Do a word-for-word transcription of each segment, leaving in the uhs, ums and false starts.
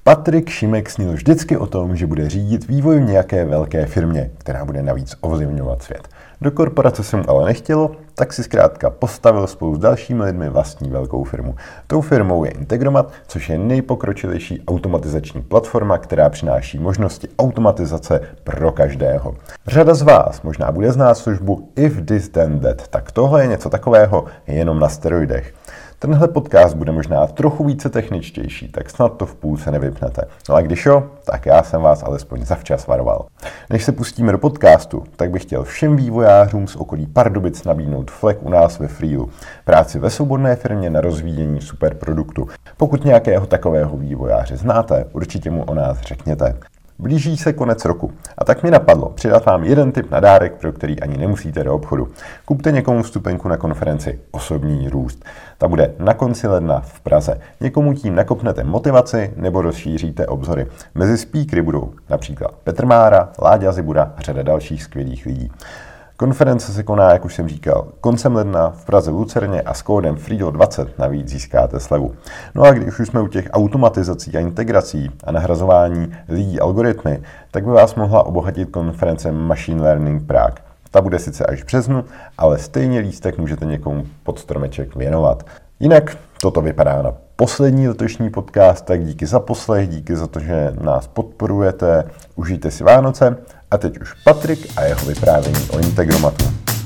Patrik Šimek snil vždycky o tom, že bude řídit vývoj v nějaké velké firmě, která bude navíc ovlivňovat svět. Do korporace se mu ale nechtělo, tak si zkrátka postavil spolu s dalšími lidmi vlastní velkou firmu. Tou firmou je Integromat, což je nejpokročilejší automatizační platforma, která přináší možnosti automatizace pro každého. Řada z vás možná bude znát službu If This Then That, tak tohle je něco takového jenom na steroidech. Tenhle podcast bude možná trochu více techničtější, tak snad to v půlce nevypnete. No a když jo, tak já jsem vás alespoň zavčas varoval. Než se pustíme do podcastu, tak bych chtěl všem vývojářům z okolí Pardubic nabídnout flek u nás ve Freelu. Práci ve svobodné firmě na rozvíjení superproduktu. Pokud nějakého takového vývojáře znáte, určitě mu o nás řekněte. Blíží se konec roku a tak mi napadlo přidat vám jeden tip na dárek, pro který ani nemusíte do obchodu. Kupte někomu vstupenku na konferenci Osobní růst. Ta bude na konci ledna v Praze. Někomu tím nakopnete motivaci nebo rozšíříte obzory. Mezi speakery budou například Petr Mára, Láďa Zibura a řada dalších skvělých lidí. Konference se koná, jak už jsem říkal, koncem ledna v Praze v Lucerně a s kódem Freelo dvacet navíc získáte slevu. No a když už jsme u těch automatizací a integrací a nahrazování lidí algoritmy, tak by vás mohla obohatit konference Machine Learning Prague. Ta bude sice až v březnu, ale stejně lístek můžete někomu pod stromeček věnovat. Jinak toto vypadá na poslední letošní podcast, tak díky za poslech, díky za to, že nás podporujete, užijte si Vánoce a teď už Patrik a jeho vyprávění o Integromatu.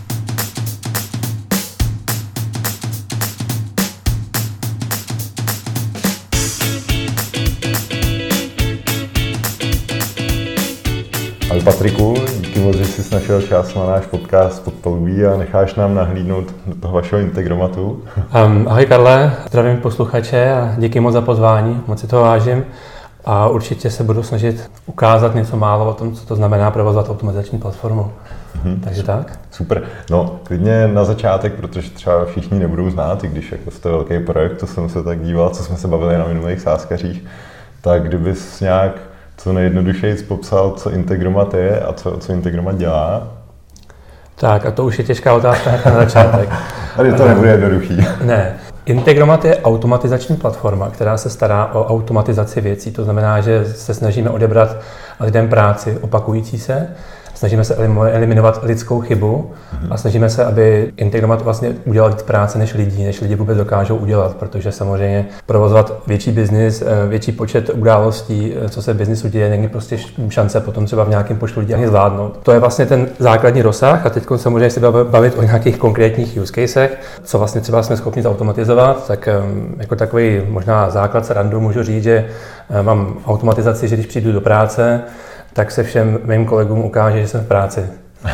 Ahoj Patriku, díky moc, že jsi našel čas na náš podcast Podpalubí a necháš nám nahlídnout do toho vašeho Integromatu. Um, ahoj Karle, zdravím posluchače a díky moc za pozvání, moc si toho vážím a určitě se budu snažit ukázat něco málo o tom, co to znamená provozovat automatizační platformu. Mm-hmm. Takže tak? Super. No, klidně na začátek, protože třeba všichni nebudou znát, i když jako jste velký projekt, to jsem se tak díval, co jsme se bavili na minulých sázkařích, tak kdybys nějak co nejjednodušeji popsal, co Integromat je a co, co Integromat dělá? Tak a to už je těžká otázka na začátek. Tady to nebude jednoduchý. Ne. Integromat je automatizační platforma, která se stará o automatizaci věcí. To znamená, že se snažíme odebrat lidem práci opakující se, snažíme se eliminovat lidskou chybu a snažíme se, aby Integromat vlastně udělal víc práce než lidí, než lidi vůbec dokážou udělat, protože samozřejmě provozovat větší biznis, větší počet událostí, co se v biznisu děje, není prostě šance potom třeba v nějakém počtu lidí ani zvládnout. To je vlastně ten základní rozsah a teď samozřejmě se bavit o nějakých konkrétních use casech, co vlastně třeba jsme schopni zautomatizovat, tak jako takový možná základ srandu můžu říct, že mám automatizaci, že když přijdu do práce, tak se všem mým kolegům ukáže, že jsem v práci.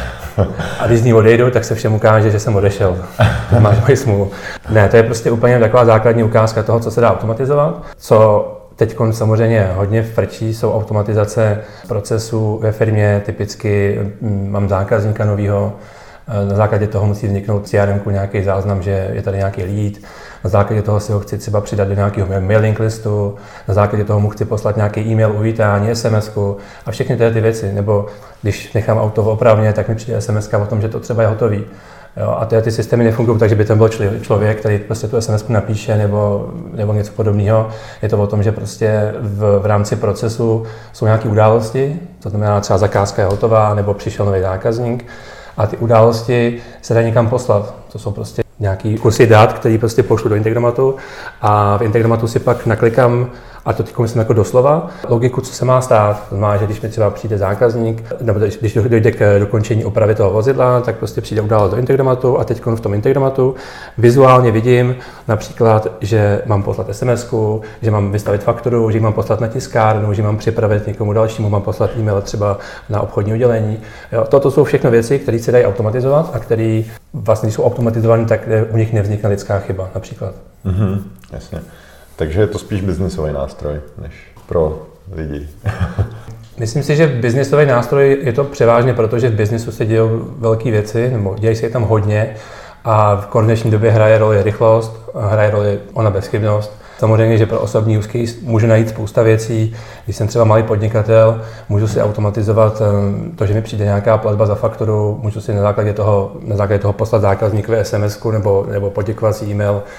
A když z ní odejdu, tak se všem ukáže, že jsem odešel. Máš moji smůlu. Ne, to je prostě úplně taková základní ukázka toho, co se dá automatizovat. Co teď samozřejmě hodně frčí, jsou automatizace procesů ve firmě. Typicky mám zákazníka novýho, na základě toho musí vzniknout v C R M ku nějaký záznam, že je tady nějaký lead. Na základě toho si ho chci třeba přidat do nějakého mailing listu, na základě toho mu chci poslat nějaký e-mail uvítání, es em esku a všechny tyhle ty věci. Nebo když nechám auto v opravně, tak mi přijde es em eska o tom, že to třeba je hotový. Jo, a tyhle ty systémy nefungují tak, že by tam byl člověk, který prostě tu es em esku napíše nebo, nebo něco podobného. Je to o tom, že prostě v, v rámci procesu jsou nějaké události, to znamená třeba zakázka je hotová nebo přišel nový zákazník a ty události se dají někam poslat. To jsou prostě nějaký kusy dat, který prostě pošlu do Integromatu a v Integromatu si pak naklikám, a to teď myslím jako doslova, logiku, co se má stát. To znamená, že když mi třeba přijde zákazník, nebo když dojde k dokončení opravy toho vozidla, tak prostě přijde událost do Integromatu a teď v tom Integromatu vizuálně vidím například, že mám poslat es em esku, že mám vystavit fakturu, že mám poslat na tiskárnu, že mám připravit někomu dalšímu, mám poslat e-mail třeba na obchodní oddělení. Jo, toto jsou všechno věci, které se dají automatizovat a které vlastně jsou automatizované, tak u nich nevznikne lidská chyba například. Mm-hmm, jasně. Takže je to spíš biznisový nástroj, než pro lidi. Myslím si, že biznisový nástroj je to převážně, protože v biznisu se dějí velké věci, nebo dějí se tam hodně a v dnešní době hraje roli rychlost, hraje roli ona bezchybnost. Samozřejmě, že pro osobní use case můžu najít spousta věcí. Když jsem třeba malý podnikatel, můžu si automatizovat to, že mi přijde nějaká platba za fakturu, můžu si na základě toho, na základě toho poslat zákazníkovi es em esku nebo, nebo poděkovací e-mail.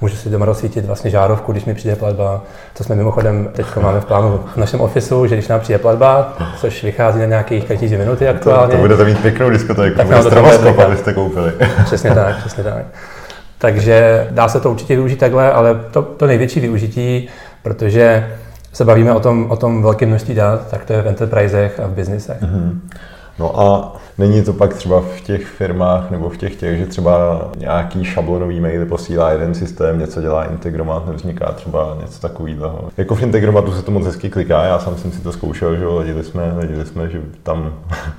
můžu si doma rozsvítit vlastně žárovku, když mi přijde platba. To jsme mimochodem teď máme v plánu v našem ofisu, že když nám přijde platba, což vychází na nějakých každý dvě minuty aktuálně. To, to budete mít pěknou diskotéku, to bude stroboskop, abyste koupili. Přesně tak, přesně tak. Takže dá se to určitě využít takhle, ale to, to největší využití, protože se bavíme o tom, o tom velkém množství dat, tak to je v enterprisech a v biznisech. Mm-hmm. No a není to pak třeba v těch firmách nebo v těch těch, že třeba nějaký šablonový maily posílá jeden systém, něco dělá Integromat, nevzniká třeba něco takového. Jako v Integromatu se to moc hezky kliká, já sám jsem si to zkoušel, že ledili jsme, ledili jsme, že tam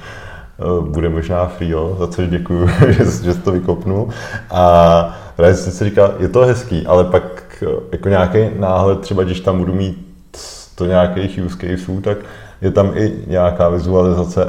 bude možná free, za což děkuju, že, že to vykopnu. A právě jsem si říkal, je to hezký, ale pak jako nějaký náhled, třeba když tam budu mít to nějakých use caseů, tak je tam i nějaká vizualizace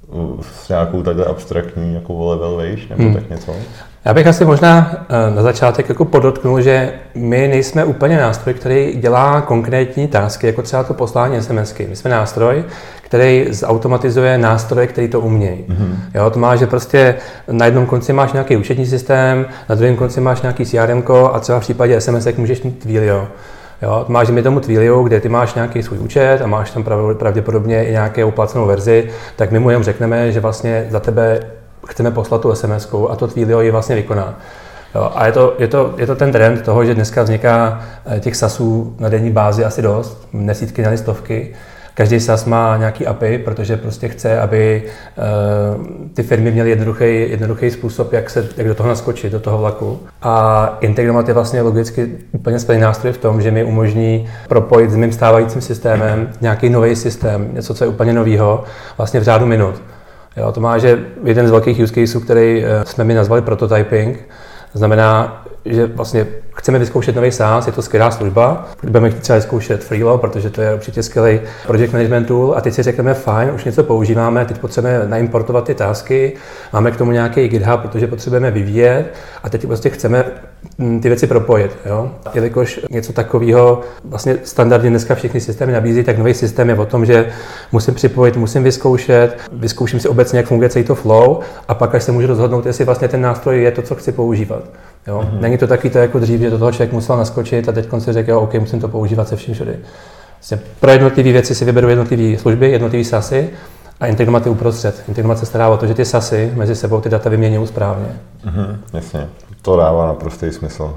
s nějakou takhle abstraktní jako level výš, nebo hmm. tak něco? Já bych asi možná na začátek jako podotknul, že my nejsme úplně nástroj, který dělá konkrétní tasky, jako třeba to poslání SMSky. My jsme nástroj, který zautomatizuje nástroje, který to umějí. Mm-hmm. Jo, to má, že prostě na jednom konci máš nějaký účetní systém, na druhém konci máš nějaký C R M ko a třeba v případě SMSek můžeš mít Twilio. Jo, to máš mi tomu Twilio, kde ty máš nějaký svůj účet a máš tam pravděpodobně i nějakou placenou verzi, tak my mu jenom řekneme, že vlastně za tebe chceme poslat tu SMSku a to Twilio ji vlastně vykoná. Jo, a je to, je, to, je to ten trend toho, že dneska vzniká těch SaaSů na denní bázi asi dost, desítky, ne stovky. Každý SaaS má nějaký A P I, protože prostě chce, aby uh, ty firmy měly jednoduchý, jednoduchý způsob, jak, se, jak do toho naskočit, do toho vlaku. A Integromat je vlastně logicky úplně skvělý nástroj v tom, že mi umožní propojit s mým stávajícím systémem nějaký nový systém, něco, co je úplně novýho, vlastně v řádu minut. Jo, to má, že jeden z velkých use caseů, který uh, jsme mi nazvali prototyping, znamená, že vlastně chceme vyzkoušet nový SaaS, je to skvělá služba, budeme chtít třeba vyzkoušet Freelo, protože to je určitě skvělý project management tool a teď si řekneme fajn, už něco používáme, teď potřebujeme naimportovat ty tasky, máme k tomu nějaký GitHub, protože potřebujeme vyvíjet a teď prostě chceme ty věci propojit. Jo? Jelikož něco takového vlastně standardně dneska všechny systémy nabízí, tak nový systém je o tom, že musím připojit, musím vyzkoušet, vyzkouším si obecně, jak funguje celý to flow a pak až se můžu rozhodnout, jestli vlastně ten nástroj je to, co chci používat. Jo? Mm-hmm. Není to taky to jako dřív, že do toho člověk musel naskočit a teď si řekl, OK, musím to používat se vším všude. Vlastně pro jednotlivé věci si vyberu jednotlivé služby, jednotlivé SaaSy a Integromat je uprostřed. Integromat se stará o to, že ty SaaSy mezi sebou ty data vyměňují správně. Mm-hmm, jasně, to dává naprostý smysl.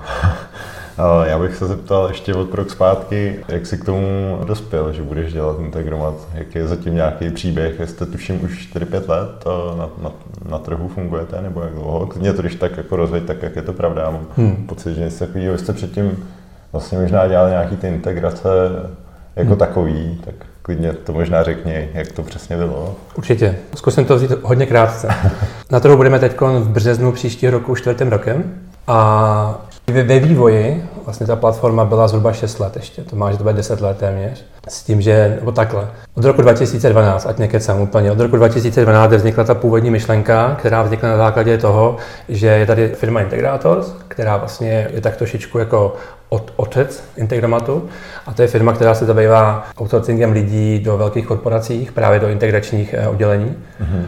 Já bych se zeptal ještě o krok zpátky, jak jsi k tomu dospěl, že budeš dělat Integromat, jak je zatím nějaký příběh, jestli tuším už čtyři pět let na, na, na trhu fungujete, nebo jak dlouho? Mě to když tak jako rozveď, tak jak je to pravda, já mám hmm. pocit, že něco takového jste předtím vlastně možná dělali nějaký ty integrace jako hmm. takový, tak klidně to možná řekni, jak to přesně bylo. Určitě, zkusím to vzít hodně krátce. Na trhu budeme teď v březnu příštího roku čtvrtým rokem a ve vývoji vlastně ta platforma byla zhruba šest let ještě, to má, že to bude deset let téměř, s tím, že, nebo takhle, od roku dva tisíce dvanáct, ať nekecám úplně, od roku dva tisíce dvanáct vznikla ta původní myšlenka, která vznikla na základě toho, že je tady firma Integrators, která vlastně je tak trošičku jako od, otec Integromatu a to je firma, která se zabývá outsourcingem lidí do velkých korporacích, právě do integračních oddělení mm-hmm.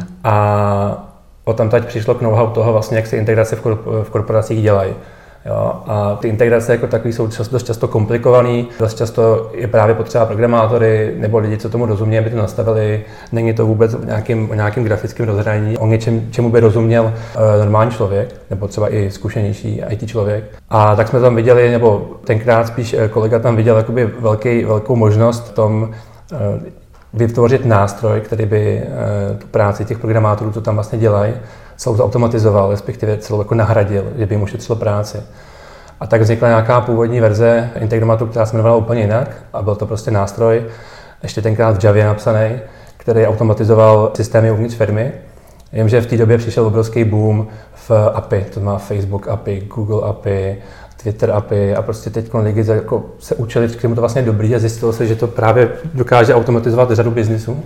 a odtamtud přišlo k know-how toho, vlastně, jak se integrace v, korp- v korporacích dělají. Jo, a ty integrace jako takový jsou čas, dost často komplikovaný, dost často je právě potřeba programátory nebo lidi, co tomu rozumějí, aby to nastavili. Není to vůbec o nějakým, o nějakým grafickém rozhraní, o něčem, čemu by rozuměl uh, normální člověk, nebo třeba i zkušenější I T člověk. A tak jsme tam viděli, nebo tenkrát spíš kolega tam viděl jakoby velký, velkou možnost v tom uh, vytvořit nástroj, který by uh, tu práci těch programátorů, co tam vlastně dělají, celou to automatizoval, respektive celou jako nahradil, že by jim ušetřilo práci. A tak vznikla nějaká původní verze Integromatu, která se jmenovala úplně jinak a byl to prostě nástroj, ještě tenkrát v Javě napsaný, který automatizoval systémy uvnitř firmy. Vím, že v té době přišel obrovský boom v A P I, to má Facebook A P I, Google A P I, Twitter A P I a prostě teď lidi jako se učili, k čemu to vlastně je dobrý a zjistilo se, že to právě dokáže automatizovat řadu biznisů.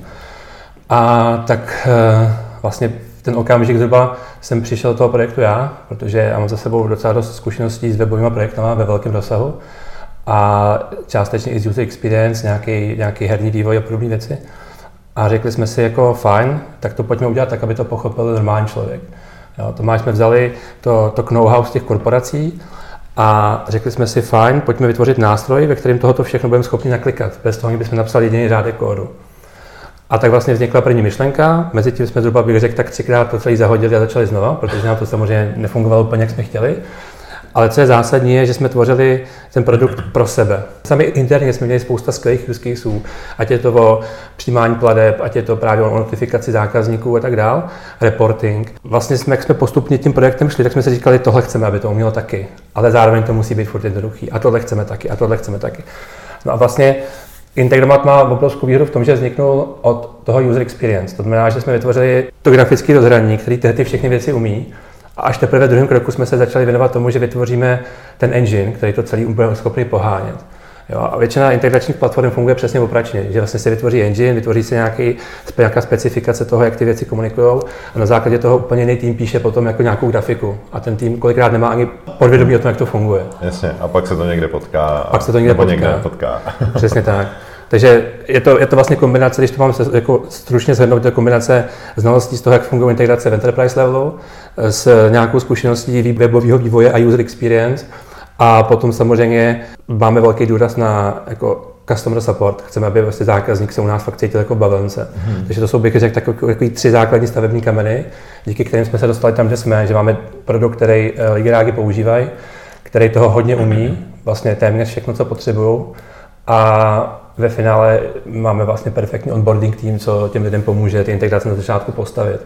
A tak vlastně ten okamžik zhruba jsem přišel do toho projektu já, protože já mám za sebou docela dost zkušeností s webovými projektama ve velkém rozsahu a částečně i z user experience, nějaký, nějaký herní vývoj a podobné věci. A řekli jsme si jako fajn, tak to pojďme udělat tak, aby to pochopil normální člověk. Jo, Tomáš jsme vzali to, to know-how z těch korporací A řekli jsme si, fajn, pojďme vytvořit nástroj, ve kterém tohoto všechno budeme schopni naklikat, bez toho, kdybychom napsali jediný řádek kódu. A tak vlastně vznikla první myšlenka, mezi tím jsme zhruba, bych řekl, tak třikrát to celý zahodili a začali znova, protože nám to samozřejmě nefungovalo úplně, jak jsme chtěli. Ale co je zásadní, je, že jsme tvořili ten produkt pro sebe. Sami interně jsme měli spousta skvělých use caseů, ať je to o přijímání plateb, ať je to právě o notifikaci zákazníků a tak dál, reporting. Vlastně jsme, jak jsme postupně tím projektem šli, tak jsme si říkali, tohle chceme, aby to umělo taky, ale zároveň to musí být furt jednoduchý. A tohle chceme taky, a tohle chceme taky. No a vlastně Integromat má obrovskou výhodu v tom, že vzniknul od toho user experience. To znamená, že jsme vytvořili to grafické rozhraní, který ty všechny věci umí. A až teprve v druhém kroku jsme se začali věnovat tomu, že vytvoříme ten engine, který to celý bude schopný pohánět. Jo, a většina integračních platform funguje přesně opačně, že vlastně se vytvoří engine, vytvoří se nějaký, nějaká specifikace toho, jak ty věci komunikují a na základě toho úplně jiný tým píše potom jako nějakou grafiku a ten tým kolikrát nemá ani podvědomí o tom, jak to funguje. Jasně, a pak se to někde potká. A pak se to někde potká. někde potká. Přesně tak. Takže je to, je to vlastně kombinace, když to mám se, jako stručně shrnout, to je kombinace znalostí z toho, jak fungují integrace v enterprise levelu, s nějakou zkušeností webového vývoje a user experience. A potom samozřejmě máme velký důraz na jako customer support. Chceme, aby vlastně zákazník se u nás fakt cítil jako bavence. Hmm. Takže to jsou, bych řekl, takový, takový tři základní stavební kameny, díky kterým jsme se dostali tam, kde jsme, že máme produkt, který lidi rádi používají, který toho hodně umí, vlastně téměř všechno, co potřebují. A ve finále máme vlastně perfektní onboarding tým, co těm lidem pomůže ty integrace na začátku postavit.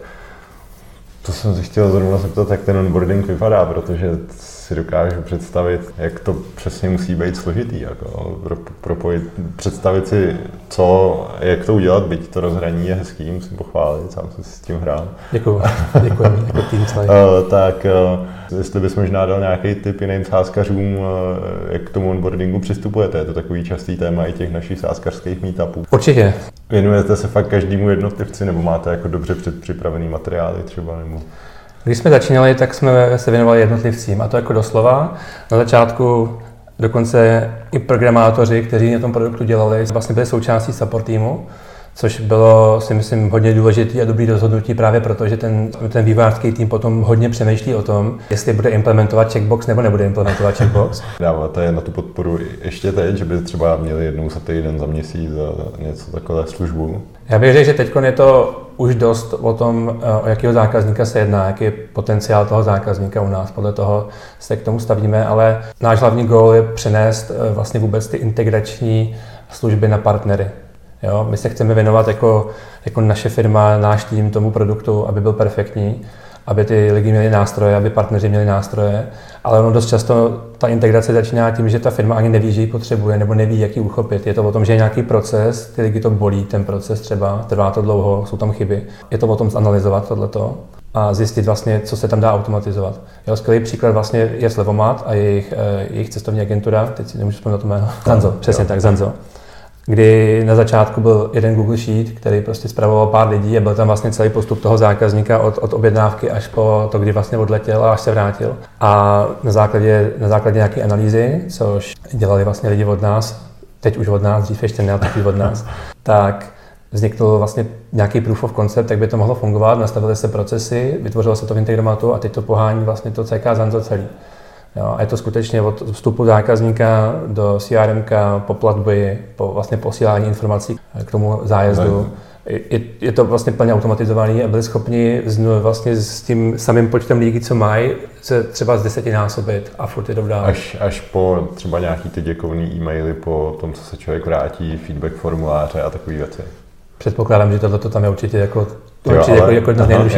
To jsem si chtěl zrovna zeptat, jak ten onboarding vypadá, protože si dokážu představit, jak to přesně musí být složitý, jako propojit, představit si, co, jak to udělat, byť to rozhraní je hezký, musím pochválit, sám jsem si s tím hrál. Děkuju, děkuji, jako tým celý. uh, tak uh, jestli bys možná dal nějaký tip jiným sázkařům, uh, jak k tomu onboardingu přistupujete, je to takový častý téma i těch našich sázkařských meetupů. Určitě. Věnujete se fakt každému jednotlivci, nebo máte jako dobře předpřipravený materiály třeba, nebo... Když jsme začínali, tak jsme se věnovali jednotlivcím, a to jako doslova. Na začátku dokonce i programátoři, kteří na tom produktu dělali, vlastně byli součástí support týmu, což bylo, si myslím, hodně důležitý a dobrý rozhodnutí právě proto, že ten, ten vývojářský tým potom hodně přemýšlí o tom, jestli bude implementovat checkbox nebo nebude implementovat checkbox. Dáváte na tu podporu ještě teď, že by třeba měli jednou za týden, za měsíc, za něco takové službu? Já bych řekl, že teď je to už dost o tom, o jakého zákazníka se jedná, jaký je potenciál toho zákazníka u nás, podle toho se k tomu stavíme, ale náš hlavní goal je přenést vlastně vůbec ty integrační služby na partnery. Jo, my se chceme věnovat jako, jako naše firma, náš tým tomu produktu, aby byl perfektní, aby ty lidi měli nástroje, aby partneři měli nástroje, ale ono dost často ta integrace začíná tím, že ta firma ani neví, že ji potřebuje, nebo neví, jak ji uchopit. Je to o tom, že je nějaký proces, ty lidi to bolí, ten proces třeba, trvá to dlouho, jsou tam chyby. Je to o tom zanalyzovat tohleto a zjistit vlastně, co se tam dá automatizovat. Jo, skvělý příklad vlastně je Slevomat a jejich, jejich cestovní agentura, teď si nemůžu vzpomenout to jméno, Zanzo, přesně tak, Zanzo. Kdy na začátku byl jeden Google Sheet, který prostě spravoval pár lidí a byl tam vlastně celý postup toho zákazníka od, od objednávky až po to, kdy vlastně odletěl a až se vrátil. A na základě, na základě nějaké analýzy, což dělali vlastně lidi od nás, teď už od nás, dřív ještě ne, teď už od nás, tak vznikl vlastně nějaký proof of concept, jak by to mohlo fungovat, nastavily se procesy, vytvořilo se to v Integromatu a teď to pohání vlastně to C K Zanzo celý. Jo, a je to skutečně od vstupu zákazníka do C R M ka, po platby, po vlastně posílání informací k tomu zájezdu. Je, je to vlastně plně automatizovaný a byli schopni z, vlastně s tím samým počtem lidí, co mají, se třeba z desetinásobit a furt jdou dál. Až, až po třeba nějaký ty děkovný e-maily po tom, co se člověk vrátí, feedback formuláře a takové věci. Předpokládám, že tohle tam je určitě jako, jo, určitě ale, jako, jako jedna z nejjednodušších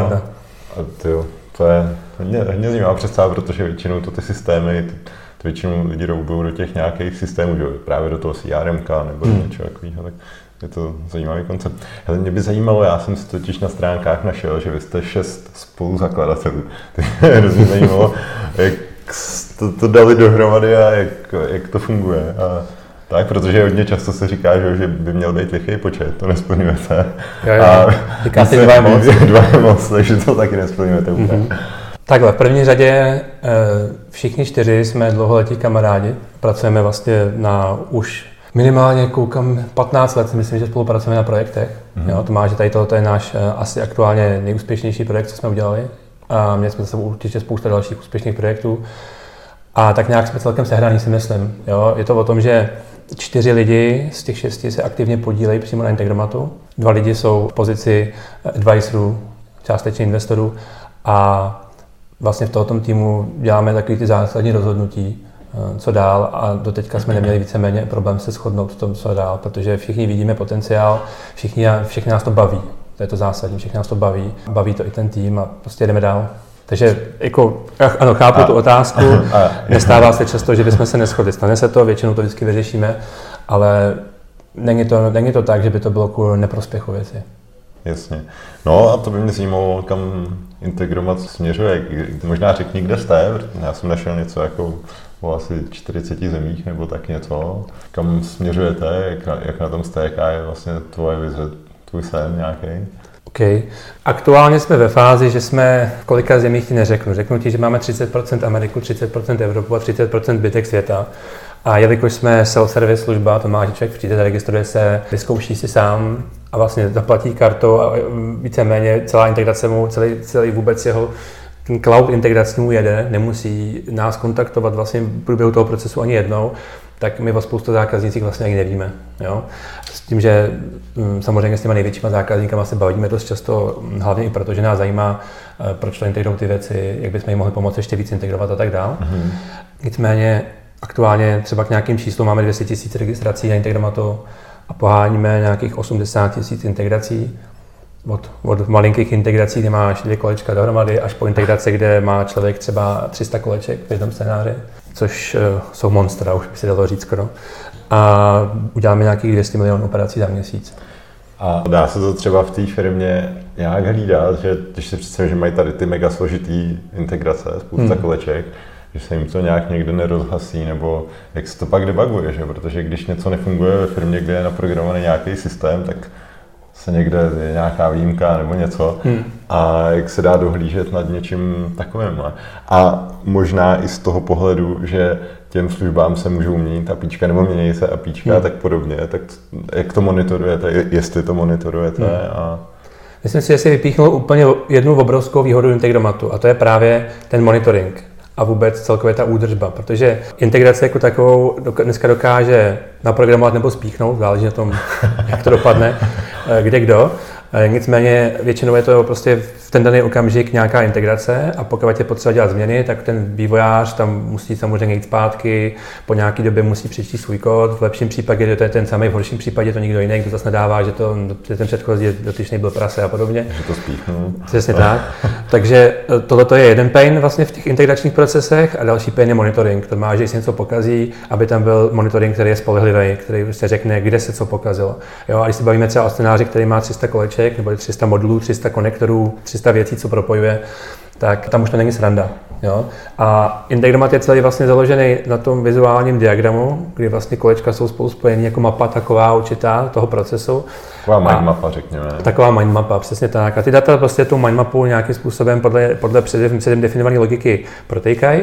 věcí. To je hodně, hodně zajímavá představa, protože většinou to ty systémy, to, to většinou lidi roubou do těch nějakých systémů, že právě do toho C R M ka nebo do hmm. něčeho takového, tak je to zajímavý koncept. Hele, mě by zajímalo, já jsem si totiž na stránkách našel, že vy jste šest spoluzakladatelů. To mě hrozně zajímalo, jak to, to dali dohromady a jak, jak to funguje. A tak, protože hodně často se říká, že, že by měl být lichý počet, to nesplňujete. Jo, jo. A říká si dva je moc. Dva je moc, takže to taky nesplňujete úplně. Mm-hmm. Takhle, v první řadě všichni čtyři jsme dlouholetí kamarádi. Pracujeme vlastně na už minimálně koukám patnáct let, myslím, že spolupracujeme na projektech. Mm-hmm. Jo, to má, že tady tohle je náš asi aktuálně nejúspěšnější projekt, co jsme udělali. A měli jsme za sebou určitě spousta dalších úspěšných projektů. A tak nějak jsme celkem sehraný, si myslím. Jo? Je to o tom, že čtyři lidi z těch šesti se aktivně podílejí přímo na Integromatu. Dva lidi jsou v pozici advisorů, částečně investorů a vlastně v tomto týmu děláme takový ty zásadní rozhodnutí, co dál, a doteďka jsme neměli víceméně problém se shodnout v tom, co dál, protože všichni vidíme potenciál, všichni, všichni nás to baví, to je to zásadní, všichni nás to baví, baví to i ten tým a prostě jdeme dál. Takže jako, ano, chápu a, tu otázku, a, nestává se často, že bychom se neshodli, stane se to, většinou to vždycky vyřešíme, ale není to, není to tak, že by to bylo kvůli neprospěchu věci. Jasně. No a to by mě zajímalo, kam Integromat směřuje. Možná řekni, kde jste, já jsem našel něco jako o asi čtyřiceti zemích nebo tak něco. Kam směřujete, jak na, jak na tom jste, jaká je vlastně tvoje vize, tvůj sen nějaký? OK. Aktuálně jsme ve fázi, že jsme v kolika zemích ti neřeknu. Řeknu ti, že máme třicet procent Ameriku, třicet procent Evropu a třicet procent zbytek světa. A jelikož jsme self-service služba, to má, že člověk přijde, zaregistruje se, vyzkouší si sám a vlastně zaplatí kartou a víceméně celá integrace mu, celý, celý vůbec jeho ten cloud integrací mu jede, nemusí nás kontaktovat vlastně v průběhu toho procesu ani jednou, tak my o spoustu zákaznících vlastně ani nevíme. Jo? S tím, že hm, samozřejmě s těma největšíma zákazníkama se bavíme dost často, hlavně i proto, že nás zajímá, proč to integrují ty věci, jak bychom jim mohli pomoct ještě víc integrovat a tak dále. Mm-hmm. Nicméně aktuálně třeba k nějakým číslům máme dvě stě tisíc registrací na Integromatu a poháníme nějakých osmdesát tisíc integrací. Od, od malinkých integrací, kde máš dvě kolečka dohromady, až po integraci, kde má člověk třeba tři sta koleček v jednom scénáři, což uh, jsou monstra, už by se dalo říct skoro. A uděláme nějakých dvě stě milionů operací za měsíc. A dá se to třeba v té firmě nějak hlídat, že když si představím, že mají tady ty mega složitý integrace, spousta hmm. koleček, že se jim to nějak někde nerozhasí, nebo jak se to pak debuguje, že? Protože když něco nefunguje ve firmě, kde je naprogramovaný nějaký systém, tak se někde je nějaká výjimka nebo něco hmm. a jak se dá dohlížet nad něčím takovým. A možná i z toho pohledu, že těm službám se můžou měnit apíčka nebo mění se apíčka hmm. a tak podobně, tak jak to monitorujete, jestli to monitorujete hmm. a... Myslím si, že si vypíchnul úplně jednu obrovskou výhodu Integromatu a to je právě ten monitoring a vůbec celkově ta údržba, protože integrace jako takovou dneska dokáže naprogramovat nebo spíchnout, záleží na tom, jak to dopadne, kde kdo. Nicméně většinou je to prostě v ten daný okamžik nějaká integrace a pokud je potřeba dělat změny, tak ten vývojář tam musí samozřejmě jít zpátky, po nějaké době musí přečíst svůj kód, v lepším případě to je ten samý, v horším případě to nikdo jiný, kdo zase nedává, že, to, že ten předchozí dotyčný byl prase a podobně. Že to spíchnu. Přesně tak. Takže tohle je jeden pain vlastně v těch integračních procesech a další pain je monitoring. To má, že se něco pokazí, aby tam byl monitoring, který je spolehlivý, který se řekne, kde se co pokazilo. Jo, a když se bavíme třeba o scénáři, který má tři sta koleček nebo tři sta modulů, tři sta konektorů, tři sta věcí, co propojuje, tak tam už to není sranda. Jo? A Integromat je celý vlastně založený na tom vizuálním diagramu, kdy vlastně kolečka jsou spolu spojený jako mapa taková určitá toho procesu. Taková mindmapa, řekněme. Taková mindmapa, přesně tak. A ty data prostě tu mindmapu nějakým způsobem podle, podle předem, předem definované logiky protékají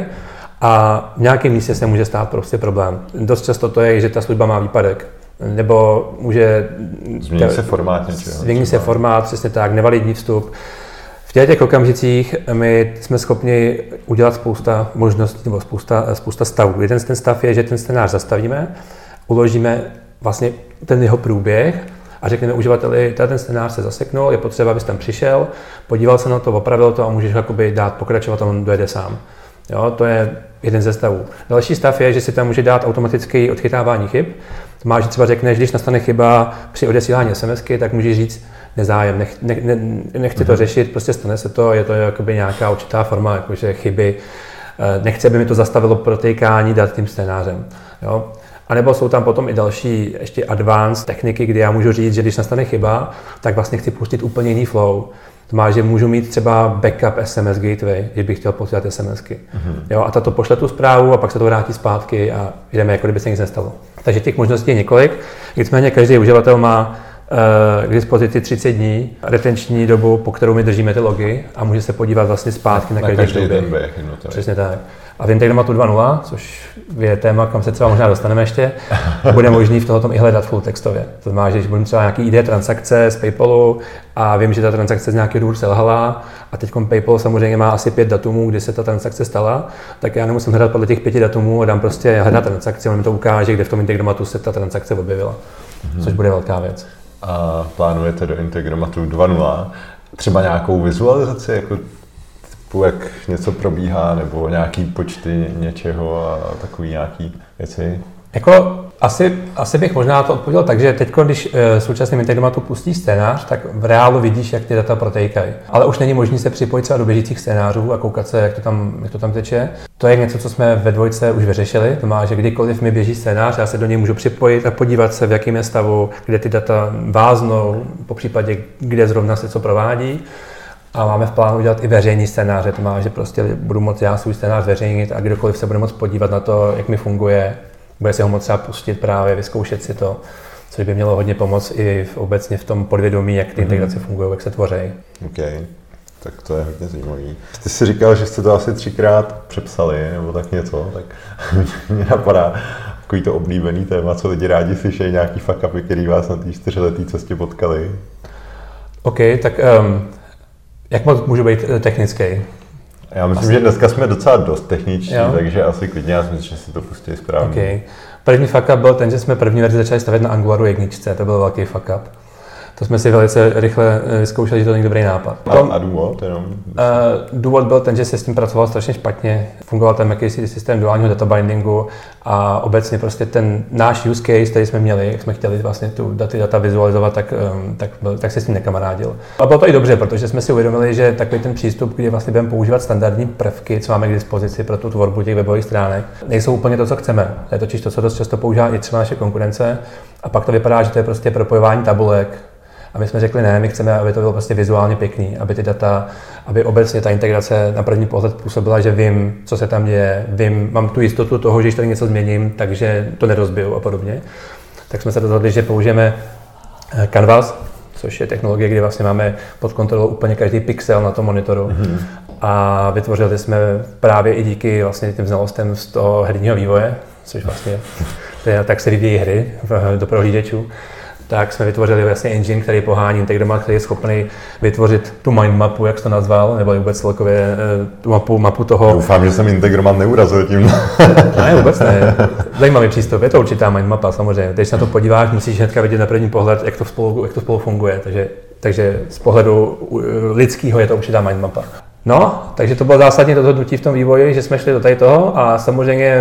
a v nějakém místě se může stát prostě problém. Dost často to je, že ta služba má výpadek. Nebo může... Změní se formát něčeho. Změní se formát, přesně tak, nevalidní vstup. V těch okamžicích my jsme schopni udělat spousta možností nebo spousta, spousta stavů. Jeden z ten stav je, že ten scénář zastavíme, uložíme vlastně ten jeho průběh a řekneme uživateli, ten scénář se zaseknul, je potřeba, abys tam přišel, podíval se na to, opravil to a můžeš jakoby dát pokračovat a on dojede sám. Jo, to je jeden ze stavů. Další stav je, že si tam může dát automatické odchytávání chyb. To má, že třeba řekneš, když nastane chyba při odesílání SMSky, tak můžeš říct nezájem, nech, ne, ne, nechci to řešit, prostě stane se to, je to jakoby nějaká určitá forma jakože chyby. Nechci, aby mi to zastavilo protékání dat tím scénářem. Jo. A nebo jsou tam potom i další ještě advanced techniky, kdy já můžu říct, že když nastane chyba, tak vlastně chci pustit úplně jiný flow. To má, že můžu mít třeba backup S M S gateway, když bych chtěl posílat SMSky. Mm-hmm. Jo, a tato pošle tu zprávu a pak se to vrátí zpátky a jdeme, jako kdyby se nic nestalo. Takže těch možností je několik, nicméně každý uživatel má uh, k dispozici třicet dní retenční dobu, po kterou my držíme ty logy a může se podívat vlastně zpátky na, na každý, každý den. Přesně tak. A v Integromatu dva tečka nula, což je téma, kam se třeba možná dostaneme ještě, bude možný v tohoto i hledat full textově. To znamená, že když budeme třeba nějaký I D transakce z PayPalu a vím, že ta transakce z nějakého důvodu selhala a teď PayPal samozřejmě má asi pět datumů, kdy se ta transakce stala, tak já nemusím hledat podle těch pěti datumů a dám prostě hledat transakci, on mi to ukáže, kde v tom Integromatu se ta transakce objevila, hmm. což bude velká věc. A plánujete do Integromatu dva tečka nula třeba nějakou vizualizaci, jako typu, jak něco probíhá, nebo nějaký počty něčeho a takový nějaký věci? Jako asi, asi bych možná to odpověděl tak, že teď, když e, současným Integromatu pustí scénář, tak v reálu vidíš, jak ty data protékají. Ale už není možné se připojit třeba do běžících scénářů a koukat se, jak to tam, jak to tam teče. To je něco, co jsme ve dvojce už vyřešili. To má, že kdykoliv mi běží scénář, já se do něj můžu připojit a podívat se, v jakém je stavu, kde ty data váznou, po případě, kde zrovna se co provádí. A máme v plánu udělat i veřejný scénáře, to má, že prostě budu moct já svůj scénář zveřejnit a kdokoliv se bude moct podívat na to, jak mi funguje, bude se ho moct třeba pustit právě, vyzkoušet si to, což by mělo hodně pomoct i v, obecně v tom podvědomí, jak ty mm-hmm. integrace fungují, jak se tvoří. OK, tak to je hodně zajímavý. Ty jsi říkal, že jste to asi třikrát přepsali, nebo tak něco, tak mě napadá takový to oblíbený téma, co lidi rádi slyšejí, nějaký fuck upy, který vás na té čtyřletý cestě potkali. OK, tak um, jak moc můžu být technický? Já myslím, asi... že dneska jsme docela dost techničtí, jo? Takže asi klidně, já myslím, že si to pustí správně. Okay. První fuck up byl ten, že jsme první verzi začali stavět na Angularu jedničce, to byl velký fuck up. To jsme si velice rychle vyzkoušeli, že to není dobrý nápad. A, a důvod? Jenom... Uh, důvod byl ten, že se s tím pracoval strašně špatně. Fungoval tam jakýsi systém duálního databindingu a obecně prostě ten náš use case, který jsme měli, jak jsme chtěli vlastně tu ty data vizualizovat, tak, um, tak, byl, tak se s tím nekamarádil. A bylo to i dobře, protože jsme si uvědomili, že takový ten přístup, kdy vlastně budeme používat standardní prvky, co máme k dispozici pro tu tvorbu těch webových stránek, nejsou úplně to, co chceme. To je totiž to, co dost často používá i třeba naše konkurence. A pak to vypadá, že to je prostě propojování tabulek. A my jsme řekli ne, my chceme, aby to bylo prostě vizuálně pěkný, aby ty data, aby obecně ta integrace na první pohled působila, že vím, co se tam děje, vím, mám tu jistotu toho, že když tady něco změním, takže to nerozbiju a podobně. Tak jsme se rozhodli, že použijeme Canvas, což je technologie, kdy vlastně máme pod kontrolou úplně každý pixel na tom monitoru. Mm-hmm. A vytvořili jsme právě i díky vlastně těm znalostem z toho herního vývoje, což vlastně to je, tak se vyvíjí hry do prohlížečů. Tak jsme vytvořili vlastně engine, který pohání Integromat, který je schopný vytvořit tu mindmapu, jak jsi to nazval, nebo vůbec celkově tu mapu, mapu toho. Doufám, že jsem Integromat neurazil tím. Ne, vůbec ne. Zajímavý přístup, je to určitá mindmapa samozřejmě. Když se na to podíváš, musíš hnedka vidět na první pohled, jak to spolu, jak to spolu funguje. Takže, takže z pohledu lidského je to určitá mindmapa. No, takže to bylo zásadní rozhodnutí v tom vývoji, že jsme šli do tady toho a samozřejmě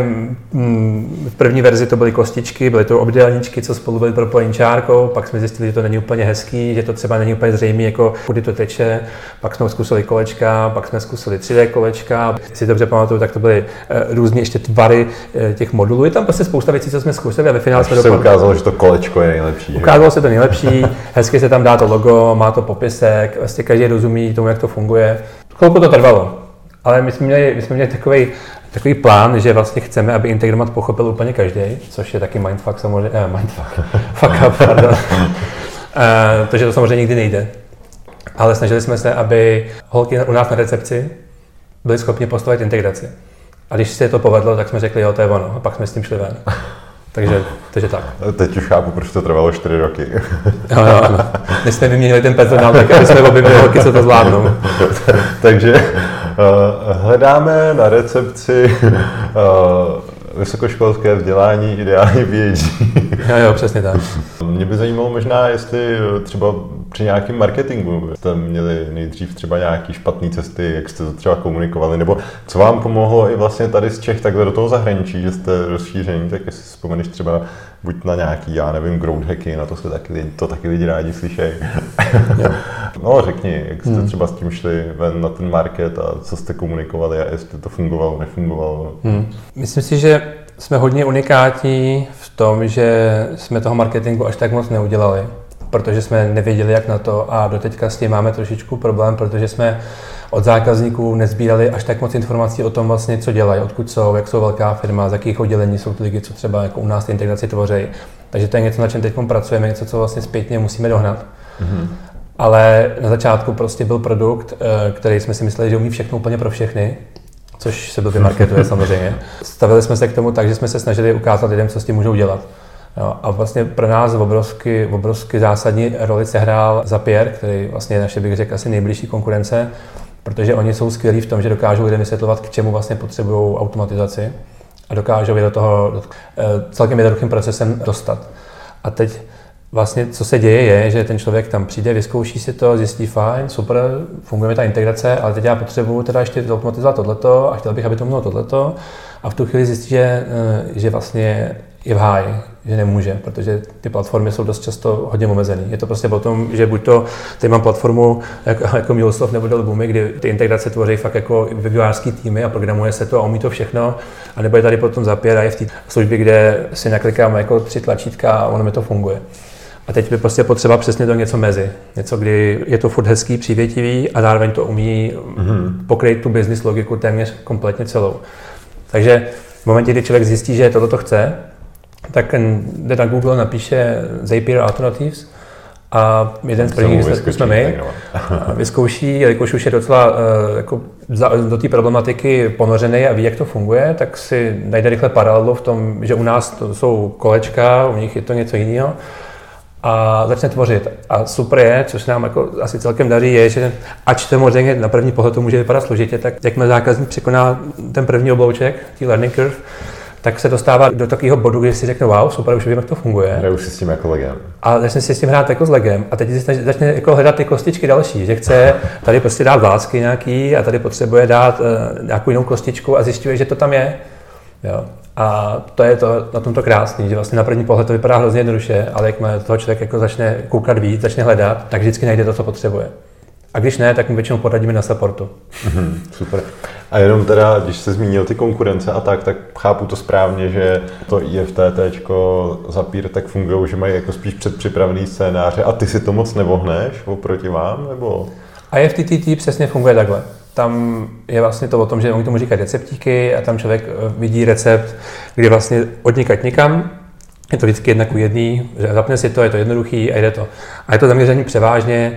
mm, v první verzi to byly kostičky, byly to obdélníčky, co spolu byly propojení čárkou, pak jsme zjistili, že to není úplně hezký, že to třeba není úplně zřejmé, jako kudy to teče, pak jsme zkusili kolečka, pak jsme zkusili tři dé kolečka, si dobře pamatuju, tak to byly uh, různé ještě tvary uh, těch modulů, je tam prostě spousta věcí, co jsme zkusili a ve finále jsme se dopadli. Ukázalo, že to kolečko je nejlepší. Ukázalo se to nejlepší, hezky se tam dá to logo, má to popisek, vlastně každý rozumí tomu, jak to funguje. Chvilku to trvalo, ale my jsme měli, my jsme měli takový, takový plán, že vlastně chceme, aby Integromat pochopil úplně každý, což je taky mindfuck samozřejmě, eh, mindfuck, fuck up, pardon. eh, takže to samozřejmě nikdy nejde. Ale snažili jsme se, aby holky u nás na recepci byly schopni postavit integraci. A když se to povedlo, tak jsme řekli, jo, to je ono, a pak jsme s tím šli ven. Takže, takže tak. Teď už chápu, proč to trvalo čtyři roky. Ano, ano. Než jsme vyměnili ten personál, tak aby jsme objevili holky, co to zvládnou. Takže uh, hledáme na recepci uh, vysokoškolské vzdělání, ideálně P H D. Jo, jo, přesně tak. Mě by zajímalo možná, jestli třeba při nějakém marketingu jste měli nejdřív třeba nějaké špatné cesty, jak jste to třeba komunikovali, nebo co vám pomohlo i vlastně tady z Čech takhle do toho zahraničí, že jste rozšíření, tak jestli vzpomeneš třeba buď na nějaký, já nevím, growth hacky, na to se taky, to taky lidi rádi slyšejí. No řekni, jak jste hmm. třeba s tím šli ven na ten market a co jste komunikovali a jestli to fungovalo, nefungovalo. Hmm. Myslím si, že jsme hodně unikátní v tom, že jsme toho marketingu až tak moc neudělali, protože jsme nevěděli, jak na to a doteďka s tím máme trošičku problém, protože jsme od zákazníků nezbírali až tak moc informací o tom vlastně, co dělají, odkud jsou, jak jsou velká firma, z jakých oddělení jsou ty lidi, co třeba jako u nás ty integraci tvoří. Takže to je něco, na čem teď pracujeme, něco, co vlastně zpětně musíme dohnat. Mm-hmm. Ale na začátku prostě byl produkt, který jsme si mysleli, že umí všechno úplně pro všechny, což se blbě marketuje samozřejmě. Stavili jsme se k tomu tak, že jsme se snažili ukázat lidem, co s tím můžou dělat. Jo, a vlastně pro nás obrovsky, obrovsky zásadní roli sehrál Zapier, který vlastně je naše, bych řekl, asi nejbližší konkurence, protože oni jsou skvělí v tom, že dokážou lidem vysvětlovat, k čemu vlastně potřebují automatizaci a dokážou je do toho celkem jednoduchým procesem dostat. A teď vlastně, co se děje, je, že ten člověk tam přijde, vyzkouší si to, zjistí, fajn, super, funguje mi ta integrace, ale teď já potřebuju teda ještě automatizovat tohleto a chtěl bych, aby to mělo tohleto. A v tu chvíli zjistí, že, že vlastně je v háji, že nemůže, protože ty platformy jsou dost často hodně omezené. Je to prostě o tom, že buď to, tady mám platformu jako, jako MuleSoft nebo Delboomi, kdy ty integrace tvoří fakt jako vývojářský týmy a programuje se to a umí to všechno, a nebo je tady potom Zapier a je v té službě, kde si naklikám jako tři tlačítka a ono mi to funguje. A teď by prostě potřeba přesně to něco mezi. Něco, kdy je to furt hezký, přívětivý a zároveň to umí mm-hmm. pokryt tu business logiku téměř kompletně celou. Takže v momentě, kdy člověk zjistí, že toto chce, tak jde na Google, napíše Zapier Alternatives a jeden z prvních výsledků jsme my. Vyzkouší, jelikož už je docela uh, jako do té problematiky ponořený a ví, jak to funguje, tak si najde rychle paralelu v tom, že u nás to jsou kolečka, u nich je to něco jiného. A začne tvořit. A super je, což nám jako asi celkem daří, je, že ač to možná na první pohled to může vypadat složitě, tak jakmile zákazník překoná ten první oblouček, tý learning curve, tak se dostává do takového bodu, kdy si řekne, wow, super, už vím, jak to funguje. Hraje už si s tím jako legem. A začne si s tím hrát jako s legem. A teď si začne jako hledat ty kostičky další, že chce tady prostě dát vlásky nějaký a tady potřebuje dát uh, nějakou jinou kostičku a zjišťuje, že to tam je. Jo. A to je to na tomto krásný, že vlastně na první pohled to vypadá hrozně jednoduše, ale jakmile toho člověk jako začne koukat víc, začne hledat, tak vždycky najde to, co potřebuje. A když ne, tak my většinou poradíme na supportu. Mm-hmm, super. A jenom teda, když se zmínil ty konkurence a tak, tak chápu to správně, že to I F T T, Zapier, tak fungují, že mají jako spíš předpřipravený scénáře a ty si to moc nevohneš oproti vám, nebo? I F T T T přesně funguje takhle. Tam je vlastně to o tom, že oni tomu říkají receptíky a tam člověk vidí recept, kdy vlastně odnikat nikam. Je to vždycky jedna ku jedný, že zapne si to, je to jednoduchý a jde to. A je to zaměření převážně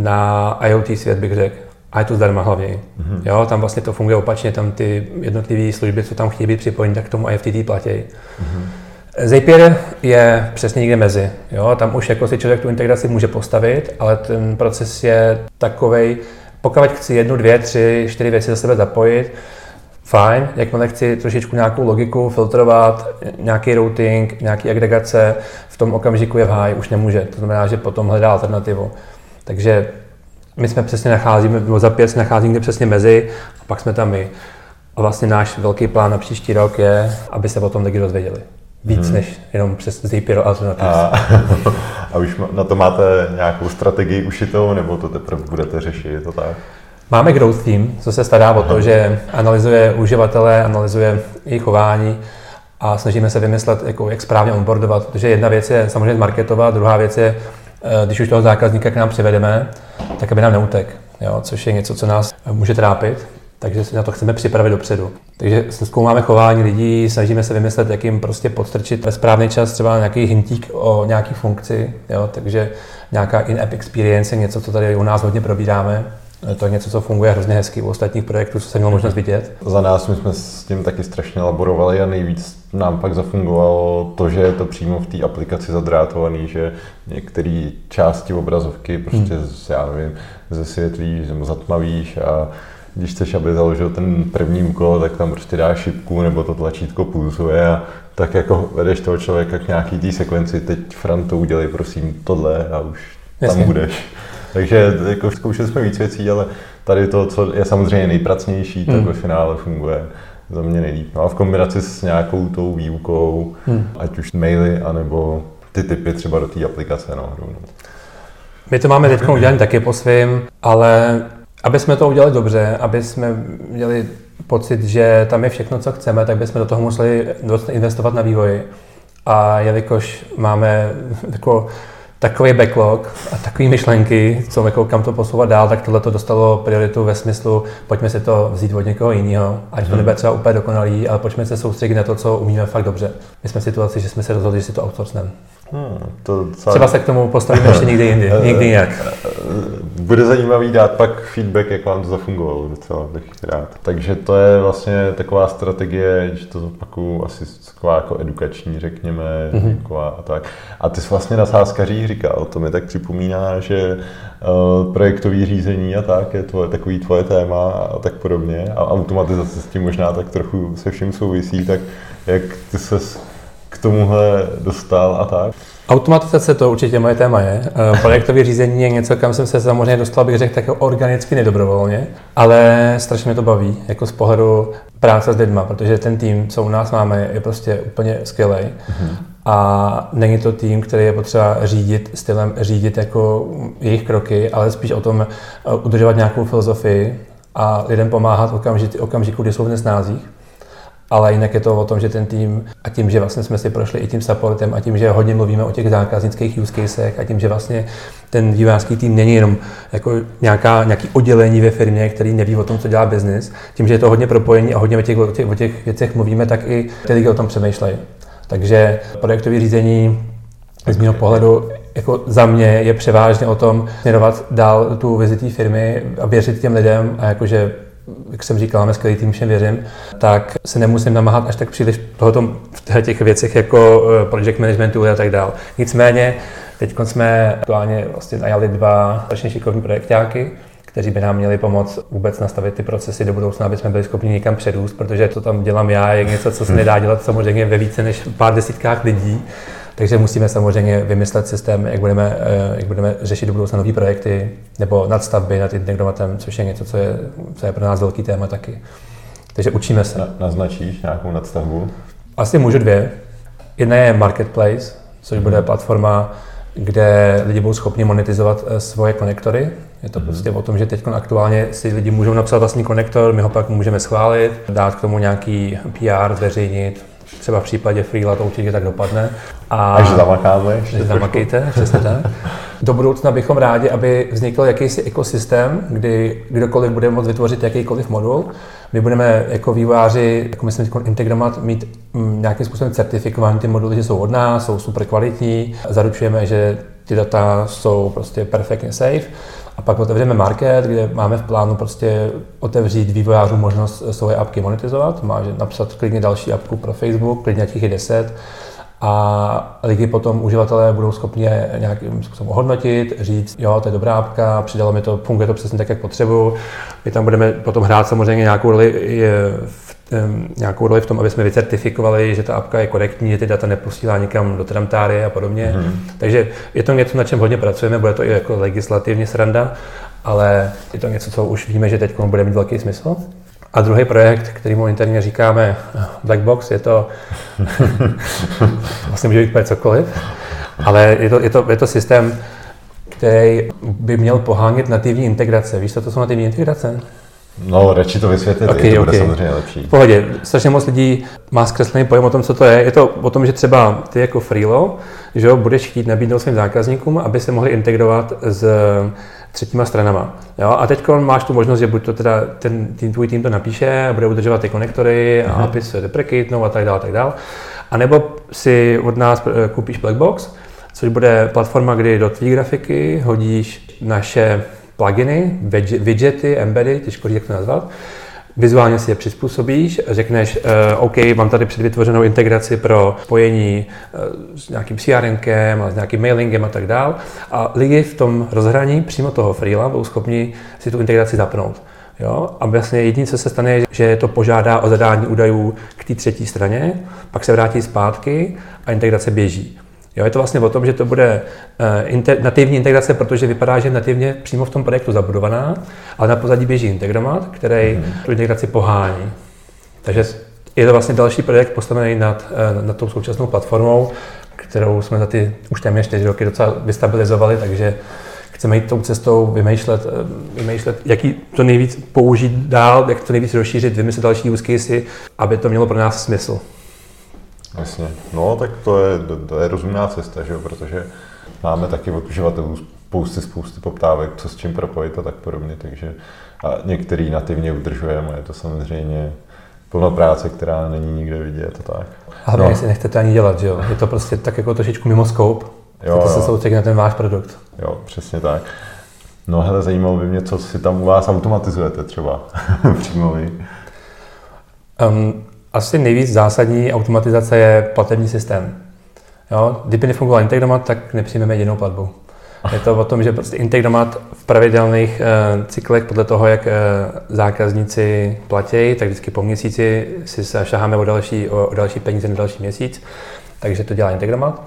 na IoT svět, bych řekl. A je to zdarma hlavně. Mm-hmm. Jo, tam vlastně to funguje opačně, tam ty jednotlivé služby, co tam chtějí být připojení, tak k tomu I F T T platí. Mm-hmm. Zapier je přesně někde mezi. Jo, tam už jako si člověk tu integraci může postavit, ale ten proces je takovej, pokud chci jednu, dvě, tři, čtyři věci za sebe zapojit, fajn, jakmile chci trošičku nějakou logiku filtrovat, nějaký routing, nějaký agregace, v tom okamžiku je v háji, už nemůže. To znamená, že potom hledá alternativu. Takže my jsme přesně nacházíme, nebo Zapier se nachází někde přesně mezi, a pak jsme tam my. A vlastně náš velký plán na příští rok je, aby se o tom lidi dozvěděli. Víc hmm. než jenom přes Zapier Alternatives. A, a už na to máte nějakou strategii ušitou, nebo to teprve budete řešit, je to tak? Máme growth team, co se stará o to, že analyzuje uživatele, analyzuje jejich chování a snažíme se vymyslet, jako, jak správně onboardovat, protože jedna věc je samozřejmě marketovat, druhá věc je, když už toho zákazníka k nám přivedeme, tak aby nám neutek, jo, což je něco, co nás může trápit. Takže si na to chceme připravit dopředu. Takže zkoumáme chování lidí, snažíme se vymyslet, jak jim prostě podstrčit ve správný čas třeba nějaký hintík o nějaký funkci, jo? Takže nějaká in-app experience, něco, co tady u nás hodně probíráme. To je něco, co funguje hrozně hezky u ostatních projektů, co jsem měl možnost vidět. Za nás my jsme s tím taky strašně laborovali a nejvíc nám pak zafungovalo to, že je to přímo v té aplikaci zadrátovaný, že některé části obrazovky prostě, hmm. já nevím, zesvětlíš nebo zatmavíš a když chceš, aby založil ten první úkol, tak tam prostě dáš šipku nebo to tlačítko pulzuje a tak jako vedeš toho člověka k nějaký té sekvenci, teď Franto, udělej prosím tohle a už tam Jasně. budeš. Takže jako zkoušeli jsme víc věcí, ale tady to, co je samozřejmě nejpracnější, hmm. tak ve finále funguje za mě nejlíp. No a v kombinaci s nějakou tou výukou, hmm. ať už maily, anebo ty typy třeba do té aplikace. No. My to máme teď udělané taky po svým, ale aby jsme to udělali dobře, aby jsme měli pocit, že tam je všechno, co chceme, tak bychom do toho museli dost investovat na vývoji. A jelikož máme jako takový backlog a takové myšlenky, co jako kam to posouvat dál, tak tohle to dostalo prioritu ve smyslu, pojďme si to vzít od někoho jiného, ať to nebude třeba úplně dokonalý, ale pojďme se soustředit na to, co umíme fakt dobře. My jsme v situaci, že jsme se rozhodli, že si to outsourceme. Hmm, to celé... Třeba se k tomu postavíme ještě někdy jindy, někdy jinak. bude zajímavý dát pak feedback, jak vám to zafungovalo, docela bych rád. Takže to je vlastně taková strategie, že to zopakuju, asi taková jako edukační, řekněme, mm-hmm. taková a tak. A ty jsi vlastně na sázkařích říkal, to mi tak připomíná, že uh, projektový řízení a tak je tvoje, takový tvoje téma a tak podobně. A automatizace s tím možná tak trochu se vším souvisí, tak jak ty ses k tomuhle dostal a tak? Automatizace to určitě moje téma je. Projektové řízení je něco, kam jsem se samozřejmě dostal, bych řekl, tak organicky nedobrovolně, ale strašně mě to baví, jako z pohledu práce s lidma, protože ten tým, co u nás máme, je prostě úplně skvělý. Mm-hmm. A není to tým, který je potřeba řídit stylem, řídit jako jejich kroky, ale spíš o tom udržovat nějakou filozofii a lidem pomáhat okamžitě, okamžiku, kdy jsou v nesnázích. Ale jinak je to o tom, že ten tým a tím, že vlastně jsme si prošli i tím supportem a tím, že hodně mluvíme o těch zákaznických use casech a tím, že vlastně ten vývojářský tým není jenom jako nějaká, nějaký oddělení ve firmě, který neví o tom, co dělá biznis, tím, že je to hodně propojení a hodně o těch, o těch, o těch věcech mluvíme, tak i ty lidi o tom přemýšlejí. Takže projektové řízení z mého pohledu jako za mě je převážně o tom směrovat dál tu vizi té firmy a věřit těm lidem a jakože jak jsem říkal, máme skvělý tým, všem věřím, tak se nemusím namáhat až tak příliš tohoto, v těch věcech jako project managementu a tak dál. Nicméně, teď jsme aktuálně vlastně najali dva strašně šikovní projektáky, kteří by nám měli pomoct vůbec nastavit ty procesy do budoucna, aby jsme byli schopni někam předůst, protože to tam dělám já, je něco, co se nedá dělat samozřejmě ve více než pár desítkách lidí. Takže musíme samozřejmě vymyslet systém, jak budeme, jak budeme řešit do budoucna nové projekty nebo nadstavby nad Integromatem, což je něco, co je, co je pro nás velký téma taky. Takže učíme se. Na, naznačíš nějakou nadstavbu? Asi můžu dvě. Jedna je Marketplace, což mm. bude platforma, kde lidi budou schopni monetizovat svoje konektory. Je to mm. prostě o tom, že teď aktuálně si lidi můžou napsat vlastní konektor, my ho pak můžeme schválit, dát k tomu nějaký P R, zveřejnit. Třeba v případě Freela to určitě tak dopadne. A až zamakáme. Až zamakejte, přesně tak. Do budoucna bychom rádi, aby vznikl jakýsi ekosystém, kdy kdokoliv bude moct vytvořit jakýkoliv modul. My budeme jako vývojáři, jako myslím Integromat, mít nějakým způsobem certifikovaný ty moduly, že jsou od nás, jsou super kvalitní, zaručujeme, že ty data jsou prostě perfektně safe. A pak otevřeme market, kde máme v plánu prostě otevřít vývojářům možnost svoje apky monetizovat. Máže napsat klidně další apku pro Facebook, klidně nějakých je deset. A lidi potom, uživatelé, budou schopni nějakým způsobem ohodnotit, říct, jo, to je dobrá apka, přidalo mi to, funguje to přesně tak, jak potřebuju. My tam budeme potom hrát samozřejmě nějakou roli v, nějakou roli v tom, aby jsme vycertifikovali, že ta apka je korektní, že ty data neposílá nikam do tramtáry a podobně. Mm-hmm. Takže je to něco, na čem hodně pracujeme, bude to i jako legislativní sranda, ale je to něco, co už víme, že teď bude mít velký smysl. A druhý projekt, kterýmu interně říkáme Black Box, je to, vlastně může být úplně cokoliv, ale je to, je to, je to systém, který by měl pohánět nativní integrace. Víš, co to jsou nativní integrace? No, radši to vysvětlit, okay, to okay. bude samozřejmě lepší. V pohodě, strašně moc lidí má zkreslený pojem o tom, co to je. Je to o tom, že třeba ty jako Freelo, že jo, budeš chtít nabídnout svým zákazníkům, aby se mohli integrovat s třetíma stranama. Jo? A teď máš tu možnost, že buď to teda ten tým, tvůj tým to napíše a bude udržovat ty konektory a A P I se deprecatnou a tak dále, tak dále. A nebo si od nás koupíš Blackbox, což bude platforma, kdy do tvý grafiky hodíš naše pluginy, widgety, embedy, těžko říct, jak to nazvat. Vizuálně si je přizpůsobíš, řekneš, uh, OK, mám tady předvytvořenou integraci pro spojení uh, s nějakým CRMkem a s nějakým mailingem a tak dál. A lidi v tom rozhraní přímo toho Freela budou schopni si tu integraci zapnout. Jo? A vlastně jediné, co se stane, že to požádá o zadání údajů k té třetí straně, pak se vrátí zpátky a integrace běží. Jo, je to vlastně o tom, že to bude uh, inter, nativní integrace, protože vypadá, že je nativně přímo v tom projektu zabudovaná, ale na pozadí běží Integromat, který mm-hmm. tu integraci pohání. Takže je to vlastně další projekt postavený nad, uh, nad tou současnou platformou, kterou jsme za ty už téměř čtyři roky docela vystabilizovali, takže chceme jít tou cestou, vymýšlet, uh, vymýšlet, jak to nejvíc použít dál, jak to nejvíc rozšířit, vymyslet další use casey, aby to mělo pro nás smysl. Jasně. No, tak to je, to je rozumná cesta, že jo? Protože máme taky od uživatelů spousty, spousty poptávek, co s čím propojit a tak podobně, takže a některý nativně udržujeme, je to samozřejmě plno práce, která není nikde vidět a tak. A no. si nechcete ani dělat, že jo? Je to prostě tak jako trošičku mimo scope, chcete se soustředit na ten váš produkt. Jo, přesně tak. No hele, zajímalo by mě, co si tam u vás automatizujete třeba přímo vy. Um, asi nejvíc zásadní automatizace je platební systém. Jo? Kdyby nefungoval Integromat, tak nepřijmeme jedinou platbu. Je to o tom, že prostě Integromat v pravidelných uh, cyklech podle toho, jak uh, zákazníci platí, tak vždycky po měsíci si šaháme o další, o, o další peníze na další měsíc, takže to dělá Integromat.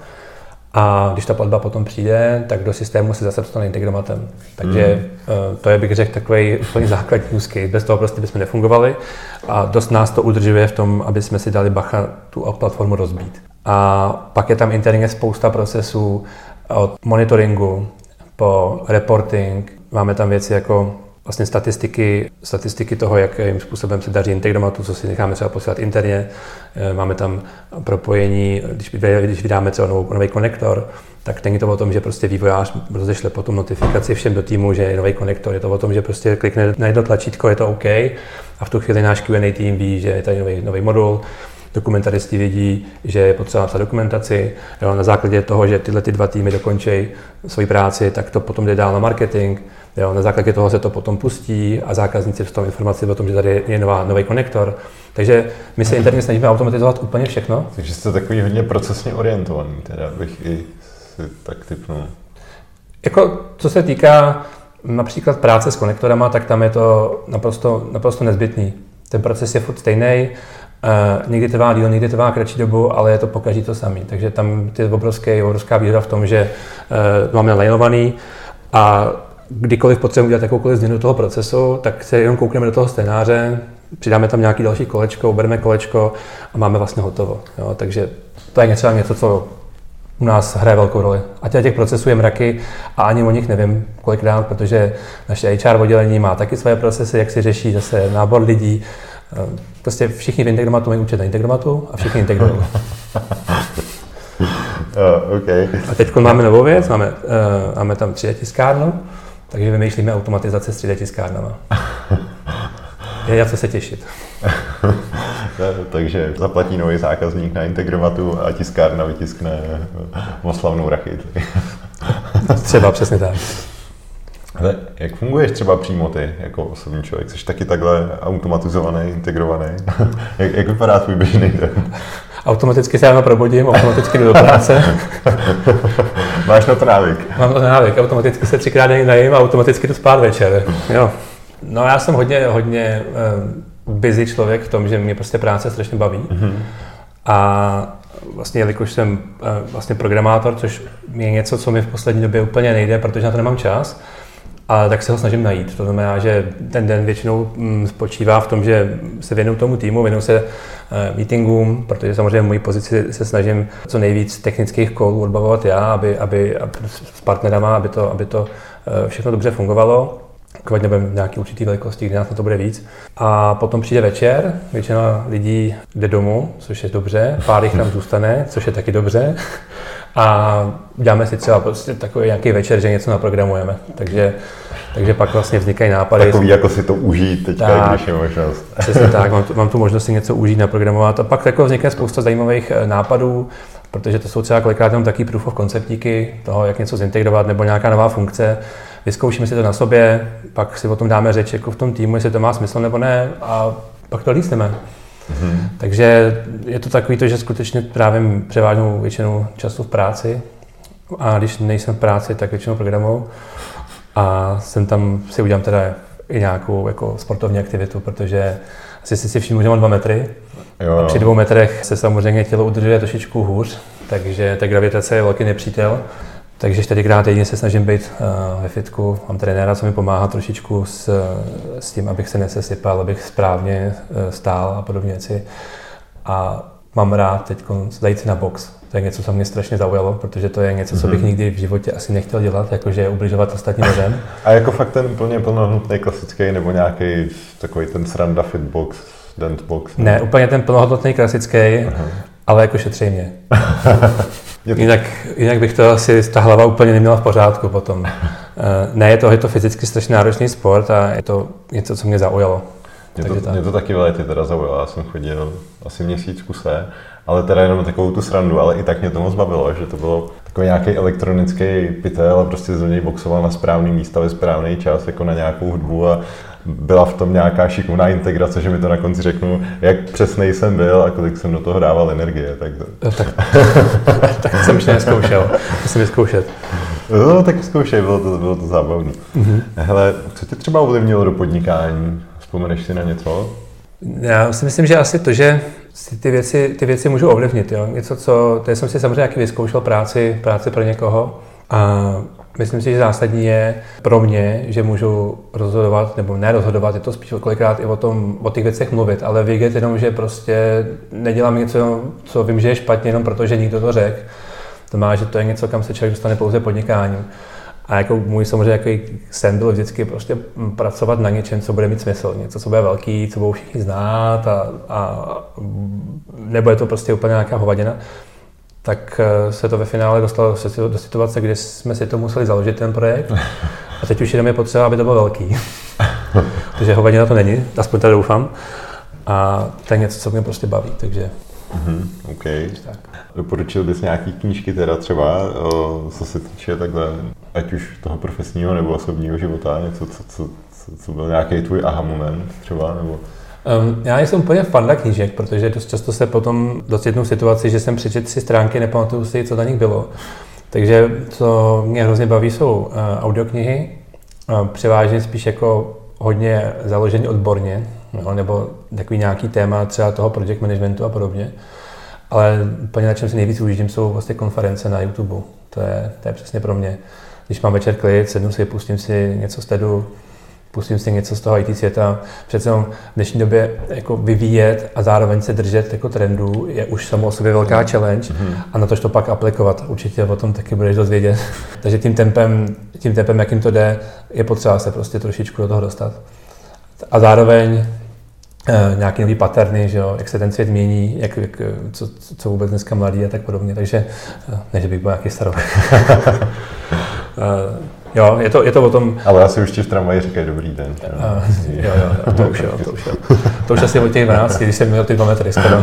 A když ta platba potom přijde, tak do systému se zase dostane Integromatem. Takže mm. to je, bych řekl, takový úplně základní use case. Bez toho prostě bychom nefungovali a dost nás to udržuje v tom, aby jsme si dali bacha tu platformu rozbít. A pak je tam interně spousta procesů od monitoringu po reporting. Máme tam věci jako vlastně statistiky, statistiky toho, jakým způsobem se daří Integromatu, co si necháme třeba posílat interně. Máme tam propojení, když, když vydáme třeba nový konektor, tak není to o tom, že prostě vývojář rozešle potom notifikaci všem do týmu, že je nový konektor. Je to o tom, že prostě klikne na jedno tlačítko, je to OK a v tu chvíli náš Q and A tým ví, že je tady nový, nový modul. Dokumentaristi vidí, že je potřeba napsat dokumentaci. Jo, na základě toho, že tyhle ty dva týmy dokončí svoji práci, tak to potom jde dál na marketing. Jo, na základě toho se to potom pustí a zákazníci dostanou informaci o tom, že tady je nová, nový konektor. Takže my se interně snažíme automatizovat úplně všechno. Takže jste takový hodně procesně orientovaný, teda bych i si tak tipnul. Jako, co se týká například práce s konektorama, tak tam je to naprosto, naprosto nezbytný. Ten proces je furt stejný. Uh, někdy trvá díl, někdy trvá kratší dobu, ale je to pokaždé to samé. Takže tam je obrovské, obrovská výhoda v tom, že uh, máme nalajnovaný a kdykoliv potřebujeme udělat jakoukoliv změnu toho procesu, tak se jenom koukneme do toho scénáře, přidáme tam nějaký další kolečko, ubereme kolečko a máme vlastně hotovo. Jo? Takže to je něco, něco, co u nás hraje velkou roli. A těch procesů je mraky a ani o nich nevím kolikrát, protože naše H R oddělení má taky své procesy, jak si řeší zase nábor lidí. Prostě všichni v Integromatu mají účet na Integromatu a všichni integrují. uh, okay. A teď máme novou věc, máme, uh, máme tam tři dé tiskárnu, takže vymýšlíme automatizace s tři dé tiskárnama. Je na co se těšit. Takže zaplatí nový zákazník na Integromatu a tiskárna vytiskne oslavnou rachitli. Třeba, přesně tak. Ale jak funguješ třeba přímo ty, jako osobní člověk? Jsi taky takhle automatizovaný, integrovaný? jak, jak vypadá tvůj běžný den? Automaticky se ráno probudím, automaticky jdu do práce. Máš na to návyk? Mám na to návyk, automaticky se třikrát denně najím a automaticky jdu spát večer. Jo. No já jsem hodně, hodně uh, busy člověk v tom, že mě prostě práce strašně baví. Mm-hmm. A vlastně, jelikož jsem uh, vlastně programátor, což je něco, co mi v poslední době úplně nejde, protože na to nemám čas, ale tak se ho snažím najít. To znamená, že ten den většinou mm, spočívá v tom, že se věnuju tomu týmu, věnuju se uh, meetingům, protože samozřejmě v mojí pozici se snažím co nejvíc technických kolů odbavovat já, aby, aby, aby s partnerama, aby to, aby to uh, všechno dobře fungovalo. Pokud nebudeme v nějaké určité velikosti, kdy nás na to bude víc. A potom přijde večer, většina lidí jde domů, což je dobře, pár jich tam zůstane, což je taky dobře. A děláme si třeba prostě takový nějaký večer, že něco naprogramujeme. Takže, takže pak vlastně vznikají nápady. Takový jako si to užít teďka, tak, když je možnost. Přesně tak, mám tu, mám tu možnost si něco užít, naprogramovat. A pak jako vznikne spousta zajímavých nápadů, protože to jsou třeba kolikrát jenom taky proof of conceptíky toho, jak něco zintegrovat nebo nějaká nová funkce. Vyzkoušíme si to na sobě, pak si o tom dáme řeč jako v tom týmu, jestli to má smysl nebo ne a pak to lístneme. Mm-hmm. Takže je to takový to, že skutečně trávím převážnou většinu času v práci a když nejsem v práci, tak většinou programu a jsem tam si udělám teda i nějakou jako sportovní aktivitu, protože asi si si všimnu, že mám dva metry jo, a při dvou metrech se samozřejmě tělo udržuje trošičku hůř, takže ta gravitace je velký nepřítel. Takže čtyřikrát týdně se snažím být uh, ve fitku, mám trenéra, co mi pomáhá trošičku s, s tím, abych se nesesypal, abych správně uh, stál a podobně věci. A mám rád teď zajít si na box. To je něco, co mě strašně zaujalo, protože to je něco, co bych nikdy v životě asi nechtěl dělat, jakože ubližovat ostatním lidem. A jako fakt ten plně plnohodnotný klasický nebo nějaký takový ten sranda fitbox, dance box? Ne, ne úplně ten plnohodnotný klasický, aha, ale jako šetří mě. Jinak, jinak bych to asi, ta hlava úplně neměla v pořádku potom. Ne, je to, je to fyzicky strašně náročný sport a je to něco, co mě zaujalo. Mě to, mě to taky v létě teda zaujalo, já jsem chodil asi měsíc v kuse, ale teda jenom takovou tu srandu, ale i tak mě to moc bavilo, že to bylo takový nějaký elektronický pytel a prostě z něj boxoval na správný místa ve správný čas, jako na nějakou hudbu a byla v tom nějaká šikovná integrace, že mi to na konci řeknu, jak přesnej jsem byl a kolik jsem do toho dával energie. Tak, no, tak, tak jsem ještě neskoušel, musím vyzkoušet. No, tak zkoušej, bylo to, bylo to zábavné. Mm-hmm. Hele, co tě třeba ovlivnilo do podnikání? Vzpomeneš si na něco? Já si myslím, že asi to, že si ty věci, ty věci můžu ovlivnit. Jo? Něco, co, to jsem si samozřejmě taky vyzkoušel práci, práci pro někoho a myslím si, že zásadní je pro mě, že můžu rozhodovat, nebo ne rozhodovat, je to spíš kolikrát i o tom, o těch věcech mluvit, ale vědět jenom, že prostě nedělám něco, co vím, že je špatně, jenom protože někdo to řekl. To má, že to je něco, kam se člověk dostane pouze podnikáním. A jako můj samozřejmě jako sen byl vždycky prostě pracovat na něčem, co bude mít smysl. Něco, co bude velký, co budou všichni znát a, a nebo je to prostě úplně nějaká hovadina. Tak se to ve finále dostalo do situace, kdy jsme si to museli založit, ten projekt. A teď už jenom je potřeba, aby to bylo velký. Takže hovadina to není, aspoň tady doufám. A to je něco, co mě prostě baví, takže... Mm-hmm, OK. Tak. Doporučil bys nějaký knížky teda třeba, o, co se týče takhle, ať už toho profesního nebo osobního života, něco, co, co, co, co byl nějaký tvůj aha moment třeba, nebo... Um, já jsem úplně fanda knížek, protože dost často se potom dostanu v situaci, že jsem přečetl si stránky, nepamatuju si, co na nich bylo. Takže co mě hrozně baví, jsou uh, audioknihy, uh, převážně spíš jako hodně založený odborně, no, nebo takový nějaký téma třeba toho project managementu a podobně. Ale úplně na čem si nejvíc ujíždím, jsou vlastně konference na YouTube. To je, to je přesně pro mě. Když mám večer klid, sednu si, pustím si něco z TEDu, pustím si něco z toho í té světa. Přece v dnešní době jako vyvíjet a zároveň se držet jako trendů je už samo o sobě velká challenge mm-hmm. a na to, to pak aplikovat. Určitě o tom taky budeš dozvědět. Takže tím tempem, tím tempem, jakým to jde, je potřeba se prostě trošičku do toho dostat. A zároveň Uh, nějaký nový paterny, že jo, jak se ten svět mění, jak, jak, co, co vůbec dneska mladý a tak podobně, takže uh, ne, že bych byl nějaký starou. uh, jo, je to, je to o tom... Ale já si už v tramvaji říkají dobrý den. Uh, jo, jo, to už jo, to už jo. To už asi od těch dvanácti, když jsem měl ty dva metry skoro.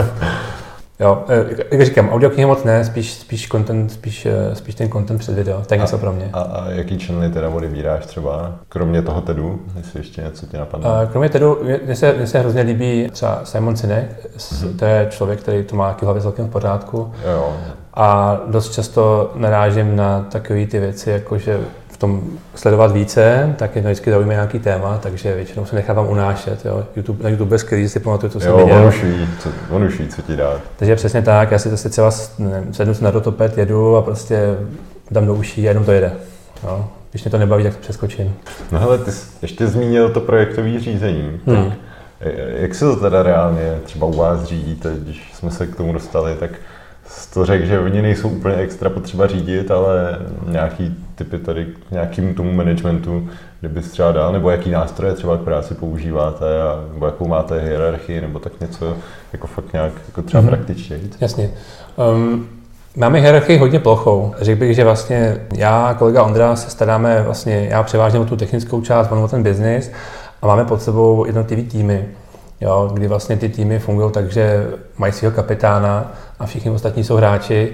Jo, jak říkám, audioknihy moc ne, spíš, spíš, content, spíš, spíš ten content před video, tak něco pro mě. A, a jaký channely teda odebíráš třeba, kromě toho TEDu, jestli ještě něco ti napadne? Kromě TEDu, mně se, mně se hrozně líbí třeba Simon Sinek, mm-hmm. to je člověk, který to má taky hlavě celkem v pořádku. Jo. A dost často narážím na takové ty věci, jako že v tom sledovat více, tak je vždycky zaujíme nějaký téma, takže většinou se nechávám unášet. Jo. YouTube, na YouTube je skvělý, že si pamatuju, co jsem viděl. Jo, on už ví, co, on už ví, co ti dá. Takže přesně tak, já si zase třeba nevím, sednu si na rotoped, jedu a prostě dám do uší a jenom to jede. Jo. Když mě to nebaví, tak to přeskočím. No hele, ty jsi ještě zmínil to projektové řízení. Hmm. Tak jak se to teda reálně třeba u vás řídíte, když jsme se k tomu dostali, tak to řekl, že oni nejsou úplně extra potřeba řídit, ale nějaký typy tady k nějakému tomu managementu, kdyby třeba dal, nebo jaký nástroje třeba k práci používáte, a, nebo jakou máte hierarchii, nebo tak něco jako fakt nějak jako třeba mm-hmm. praktičtěji. Jasně. Um, máme hierarchii hodně plochou. Řekl bych, že vlastně já a kolega Ondra se staráme vlastně, já převážně o tu technickou část, on o ten biznis a máme pod sebou jednotlivý týmy. Jo, kdy vlastně ty týmy fungují tak, že mají svého kapitána a všichni ostatní jsou hráči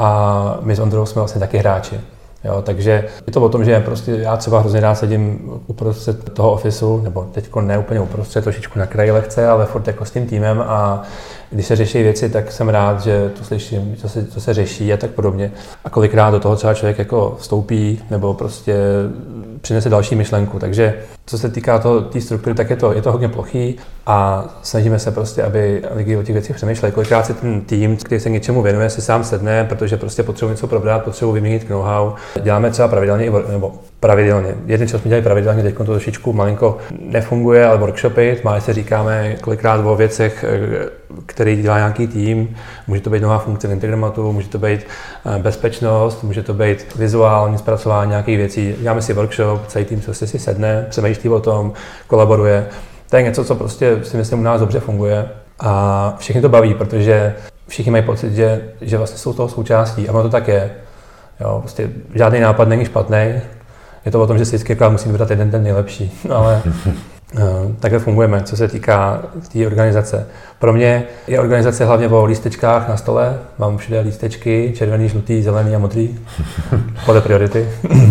a my s Ondrou jsme vlastně taky hráči. Jo, takže je to o tom, že prostě já třeba hrozně rád sedím uprostřed toho ofisu, nebo teďko ne úplně uprostřed, trošičku na kraji lehce, ale furt jako s tím týmem a když se řeší věci, tak jsem rád, že to slyším, co se, co se řeší a tak podobně. A kolikrát do toho třeba člověk jako vstoupí nebo prostě přinese další myšlenku. Takže co se týká té tý struktury, tak je to, je to hodně plochý a snažíme se prostě, aby lidi o těch věcích přemýšleli. Kolikrát si ten tým, který se něčemu věnuje, si sám sedne, protože prostě potřebuje něco probrat, potřebuje vyměnit know-how. Děláme třeba pravidelně, nebo pravidelně. Jeden čas jsme dělali pravidelně, teď to trošičku malinko nefunguje, ale workshopy, má se říkáme kolikrát o věcech, který dělá nějaký tým. Může to být nová funkce v Integromatu, může to být bezpečnost, může to být vizuální zpracování nějakých věcí. Děláme si workshop, celý tým se si sedne, přemýšlí o tom, kolaboruje. To je něco, co prostě si myslím u nás dobře funguje a všichni to baví, protože všichni mají pocit, že, že vlastně jsou toho součástí a ono to tak je. Jo, prostě žádný nápad není špatný. Je to o tom, že si vždycky musí vybrat jeden ten nejlepší, ale Takhle fungujeme, co se týká té organizace. Pro mě je organizace hlavně o lístečkách na stole. Mám všude lístečky, červený, žlutý, zelený a modrý, podle priority.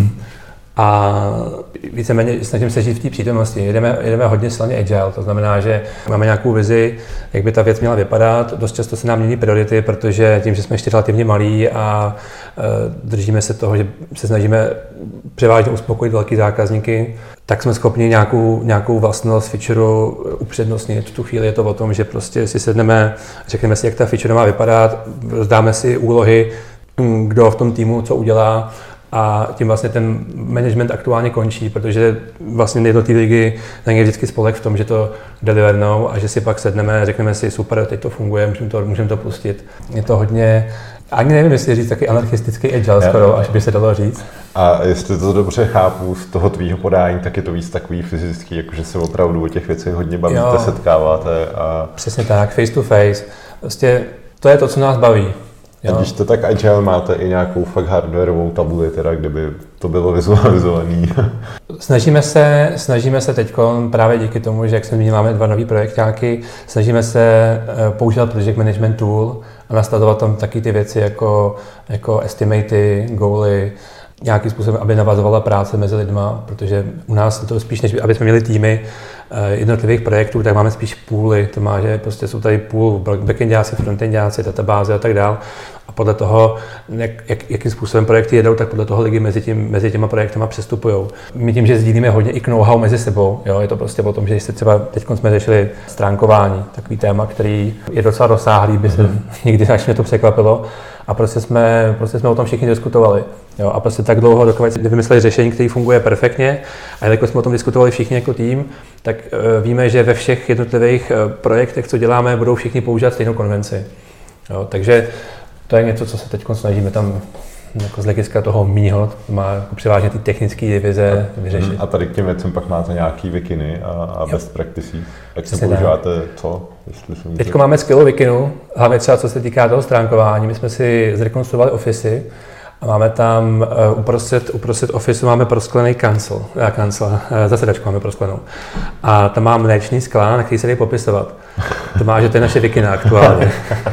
A víceméně snažím se žít v té přítomnosti. Jedeme, jedeme hodně silně agile, to znamená, že máme nějakou vizi, jak by ta věc měla vypadat. Dost často se nám mění priority, protože tím, že jsme ještě relativně malí a e, držíme se toho, že se snažíme převážně uspokojit velký zákazníky, tak jsme schopni nějakou, nějakou vlastnost featureu upřednostnit. V tu chvíli je to o tom, že prostě si sedneme, řekneme si, jak ta feature má vypadat, rozdáme si úlohy, kdo v tom týmu co udělá, a tím vlastně ten management aktuálně končí, protože vlastně jednotlivé ligy na ně vždycky spolek v tom, že to delivernou a že si pak sedneme, řekneme si super, teď to funguje, můžeme to, můžeme to pustit. Je to hodně, ani nevím, jestli říct taky anarchistický agile ja, skoro, až by se dalo říct. A jestli to dobře chápu z toho tvýho podání, tak je to víc takový fyzický, jakože se opravdu o těch věcech hodně bavíte, jo, setkáváte a... Přesně tak, face to face. Prostě to je to, co nás baví. A když to tak agile, máte i nějakou fakt hardwareovou tabuli, teda, kde by to bylo vizualizované? Snažíme se, snažíme se teď právě díky tomu, že jak jsem máme dva nový projektáky, snažíme se používat project management tool a nastavovat tam taky ty věci jako, jako estimaty, goaly, nějakým způsobem, aby navazovala práce mezi lidma, protože u nás to spíš, než aby jsme měli týmy jednotlivých projektů, tak máme spíš pooly, to má, že prostě jsou tady pool backendáci, frontendáci, databáze a tak dál. A podle toho, jak, jak, jakým způsobem projekty jedou, tak podle toho lidi mezi, tím, mezi těma projektama přestupují. My tím, že sdílíme hodně i know-how mezi sebou, jo, je to prostě o tom, že jste třeba teď jsme řešili stránkování, takový téma, který je docela rozsáhlý, by se mm-hmm. nikdy až mě to překvapilo. A prostě jsme, prostě jsme o tom všichni diskutovali. Jo, a prostě tak dlouho, dokud jsme vymysleli řešení, které funguje perfektně, a jelikož jsme o tom diskutovali všichni jako tým, tak uh, víme, že ve všech jednotlivých uh, projektech, co děláme, budou všichni používat stejnou konvenci. Jo, takže to je něco, co se teď snažíme tam jako z hlediska toho mýho, má jako převážně ty technické divize vyřešit. A tady k těm věcem pak máte nějaký wikiny a, a best practices. Jak se používáte co? Teď máme skvělou wikinu, hlavně třeba co se týká toho stránkování. My jsme si zrekonstruovali ofisy a máme tam uh, uprostřed, uprostřed ofisu máme prosklený kancel, uh, kancel, uh, zasedačku máme prosklenou. A tam mám mléčný skla, na který se dají popisovat. To má, že to je naše wikina aktuálně.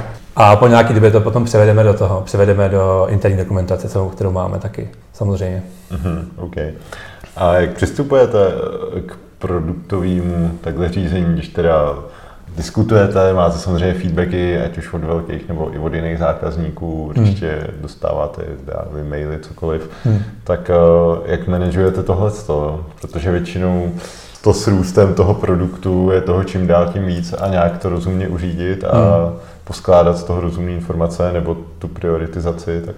A po nějaký době to potom převedeme do toho, převedeme do interní dokumentace, kterou máme taky, samozřejmě. Mm-hmm, okay. A jak přistupujete k produktovému takhle řízení, když teda diskutujete, máte samozřejmě feedbacky, ať už od velkých nebo i od jiných zákazníků, určitě hmm. dostáváte dávy, maily, cokoliv, hmm. tak jak manažujete tohleto? Protože většinou to s růstem toho produktu je toho čím dál tím víc a nějak to rozumně uřídit a hmm. poskládat z toho rozumné informace nebo tu prioritizaci, tak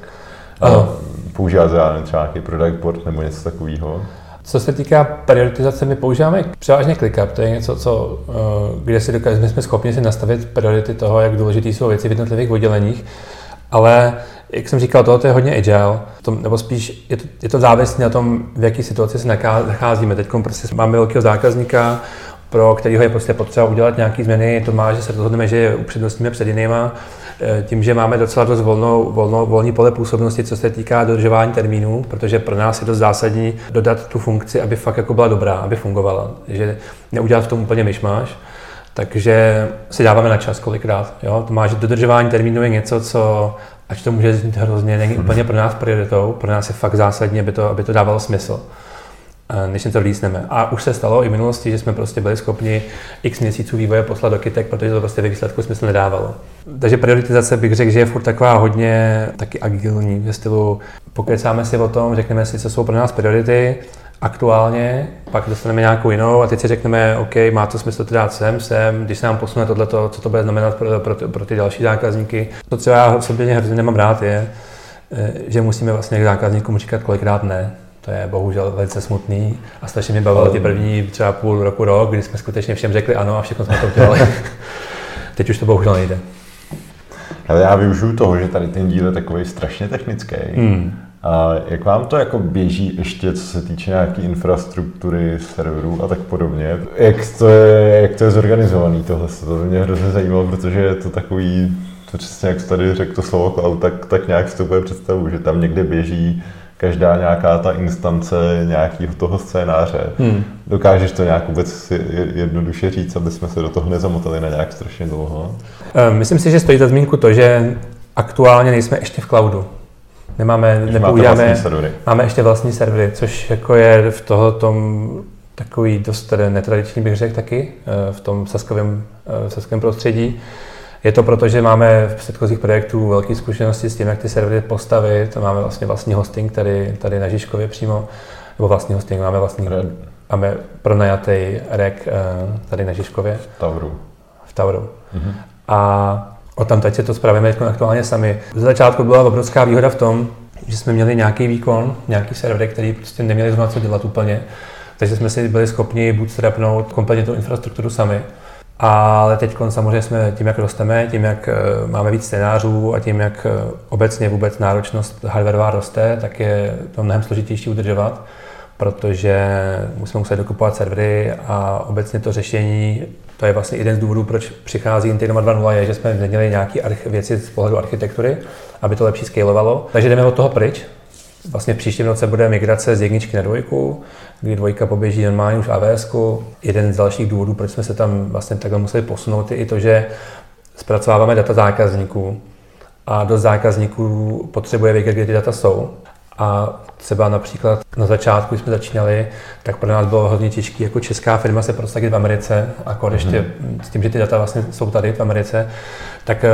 používáte třeba nějaký product board nebo něco takového. Co se týká prioritizace, my používáme převážně ClickUp, to je něco, co, kde si dokážeme, jsme schopni si nastavit priority toho, jak důležité jsou věci v jednotlivých odděleních, ale jak jsem říkal, tohle je hodně agile, tom, nebo spíš je to, je to závislé na tom, v jaké situaci se nacházíme. Teď prostě máme velkého zákazníka, pro kterého je prostě potřeba udělat nějaké změny, to má, že se rozhodneme, že je upřednostníme před jinýma. Tím, že máme docela dost volnou, volnou, volný pole působnosti, co se týká dodržování termínů, protože pro nás je dost zásadní dodat tu funkci, aby fakt jako byla dobrá, aby fungovala. Že neudělat v tom úplně myšmáš, takže si dáváme na čas kolikrát. Jo? To má, že dodržování termínů je něco, co, ať to může znít hrozně, není úplně pro nás prioritou, pro nás je fakt zásadní, aby to, aby to dávalo smysl, než něco releaseneme. A už se stalo i v minulosti, že jsme prostě byli schopni x měsíců vývoje poslat do kytek, protože to prostě ve výsledku smysl nedávalo. Takže prioritizace bych řekl, že je furt taková hodně taky agilní ve stylu pokecáme si o tom, řekneme si, co jsou pro nás priority aktuálně, pak dostaneme nějakou jinou a teď si řekneme, OK, má to smysl to dát sem, sem, když se nám posune tohleto, co to bude znamenat pro, pro, pro ty další zákazníky. To, co já osobně hrozně nemám rád, je, že musíme vlastně k zákazníkům říkat kolikrát ne. To je bohužel velice smutný a strašně mě bavilo ty první třeba půl roku, rok, kdy jsme skutečně všem řekli ano a všechno jsme to udělali. Teď už to bohužel nejde. Ale já využiju toho, že tady ten díl je takový strašně technický. Hmm. A jak vám to jako běží ještě, co se týče nějaké infrastruktury, serverů a tak podobně? Jak to je, jak to je zorganizovaný tohle? To mě hrozně zajímalo, protože je to takový, to přesně jak jsi tady řekl to slovo cloud, tak, tak nějak si to bude představu, že tam někde běží každá nějaká ta instance nějakého toho scénáře. Hmm. Dokážeš to nějak vůbec jednoduše říct, aby jsme se do toho nezamotali na nějak strašně dlouho? Myslím si, že stojí za zmínku to, že aktuálně nejsme ještě v cloudu. Nemáme, nepoužíváme, máme ještě vlastní servery, což jako je v tohotom takový dost netradiční, bych řekl taky, v tom saskovém, v saskovém prostředí. Je to proto, že máme v předchozích projektů velké zkušenosti s tím, jak ty servery postavit. Máme vlastně vlastní hosting tady, tady na Žižkově přímo, nebo vlastní hosting, máme vlastní, máme pronajatý rack tady na Žižkově. V Tauru. V Tauru. Mhm. A od tam teď se to spravíme aktuálně sami. Ze začátku byla obrovská výhoda v tom, že jsme měli nějaký výkon, nějaký servery, který prostě neměli zrovna co dělat úplně. Takže jsme si byli schopni bootstrapnout kompletně tu infrastrukturu sami. Ale teď samozřejmě jsme tím, jak rosteme, tím, jak máme víc scénářů a tím, jak obecně vůbec náročnost hardwarová roste, tak je to mnohem složitější udržovat, protože musíme muset dokupovat servery a obecně to řešení, to je vlastně jeden z důvodů, proč přichází Integroma dva tečka nula, je, že jsme neměli nějaké věci z pohledu architektury, aby to lepší scalovalo. Takže jdeme od toho pryč. Vlastně v příštím roce bude migrace z jedničky na dvojku, kdy dvojka poběží normálně už v A W S ku. Jeden z dalších důvodů, proč jsme se tam vlastně takhle museli posunout, je i to, že zpracováváme data zákazníků a do zákazníků potřebuje vědět, kde ty data jsou. A třeba například na začátku, když jsme začínali, tak pro nás bylo hodně těžké jako česká firma se prosadit v Americe, a ještě mm. s tím, že ty data vlastně jsou tady v Americe, tak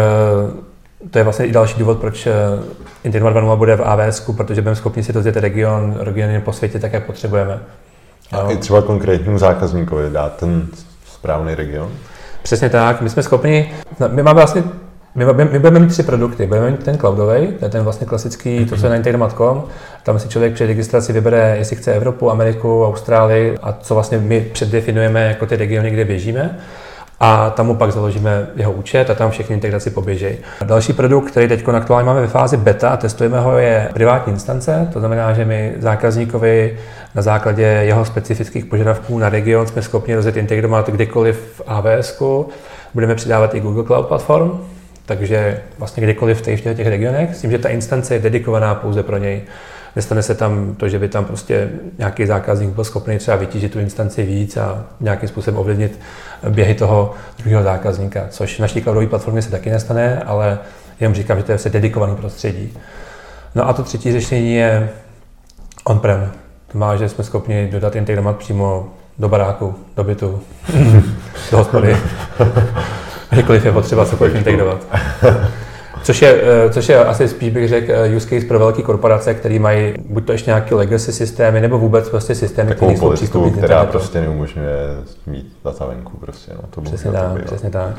to je vlastně i další důvod, proč Integroma dva tečka nula bude v A W S ku, protože budeme schopni si rozjet region, regiony po světě tak, jak potřebujeme. A no. I třeba konkrétnímu zákazníkovi dát ten správný region? Přesně tak. My jsme schopni, my máme vlastně, my, my budeme mít tři produkty. Budeme mít ten cloudový, to je ten vlastně klasický, to, co je na integroma tečka com. Tam si člověk při registraci vybere, jestli chce Evropu, Ameriku, Austrálii a co vlastně my předdefinujeme jako ty regiony, kde běžíme. A tam mu pak založíme jeho účet a tam všechny integraci poběžejí. Další produkt, který teď aktuálně máme ve fázi beta a testujeme ho, je privátní instance. To znamená, že my zákazníkovi na základě jeho specifických požadavků na region jsme schopni rozjet Integroma kdekoliv v A W S ku. Budeme přidávat i Google Cloud Platform, takže vlastně kdekoliv v těch, těch regionech, s tím, že ta instance je dedikovaná pouze pro něj. Nestane se tam to, že by tam prostě nějaký zákazník byl schopný třeba vytížit tu instanci víc a nějakým způsobem ovlivnit běhy toho druhého zákazníka, což v naší cloudové platformě se taky nestane, ale jenom říkám, že to je vlastně dedikovaný prostředí. No a to třetí řešení je on-prem. To má, že jsme schopni dodat Integromat přímo do baráku, do bytu, do hospody. Kdykoliv je potřeba cokoliv integrovat. Což je, což je asi spíš bych řekl use case pro velké korporace, které mají buď to ještě nějaké legacy systémy, nebo vůbec prostě systémy, které jsou přístupné. Která internetu. Prostě neumožňuje mít data venku. Prostě, no, to přesně tak, to přesně tak.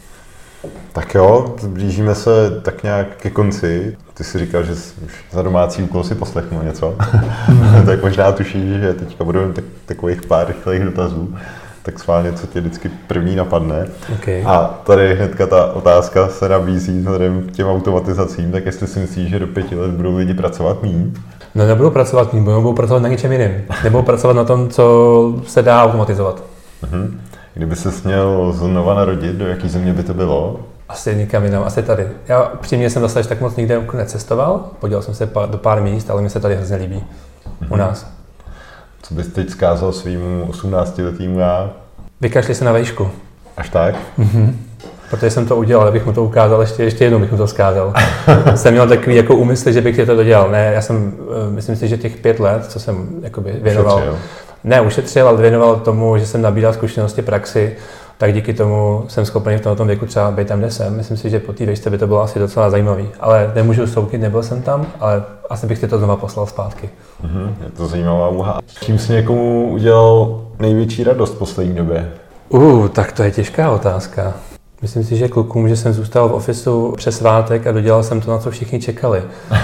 Tak jo, blížíme se tak nějak ke konci. Ty jsi říkal, že už za domácí úkol si poslechnu něco. Tak možná tušíš, že teďka budou tak, takových pár rychlých dotazů. Tak schválně, co tě vždycky první napadne. Okay. A tady hnedka ta otázka se nabízí vzhledem k těm automatizacím, tak jestli si myslíš, že do pěti let budou lidi pracovat míň? No nebudou pracovat míň, budou pracovat na něčem jiném. Nebudou pracovat na tom, co se dá automatizovat. Uh-huh. Kdyby ses měl znova narodit, do jaký země by to bylo? Asi nikam jinam, asi tady. Já přímě jsem zase tak moc nikde necestoval, podíval jsem se do pár míst, ale mi se tady hrozně líbí. Uh-huh. U nás. Co bys teď vzkázal svýmu osmnáctiletýmu já? Vykašli se na vejšku. Až tak? Mm-hmm. Protože jsem to udělal, abych mu to ukázal, ještě, ještě jednou bych mu to vzkázal. Jsem měl takový jako úmysl, že bych to dodělal. Ne, já jsem, myslím si, že těch pět let, co jsem jakoby věnoval, ušetřil. ne ušetřil, ale věnoval tomu, že jsem nabídal zkušenosti praxi, tak díky tomu jsem schopný v tomto věku třeba být tam, kde jsem. Myslím si, že po té vejšce by to bylo asi docela zajímavý. Ale nemůžu soudit, nebyl jsem tam, ale asi bych ti to znova poslal zpátky. Mm-hmm, je to zajímavá úha. Čím jsi někomu udělal největší radost v poslední době? Uh, tak to je těžká otázka. Myslím si, že klukům, že jsem zůstal v ofisu přes svátek a dodělal jsem to, na co všichni čekali.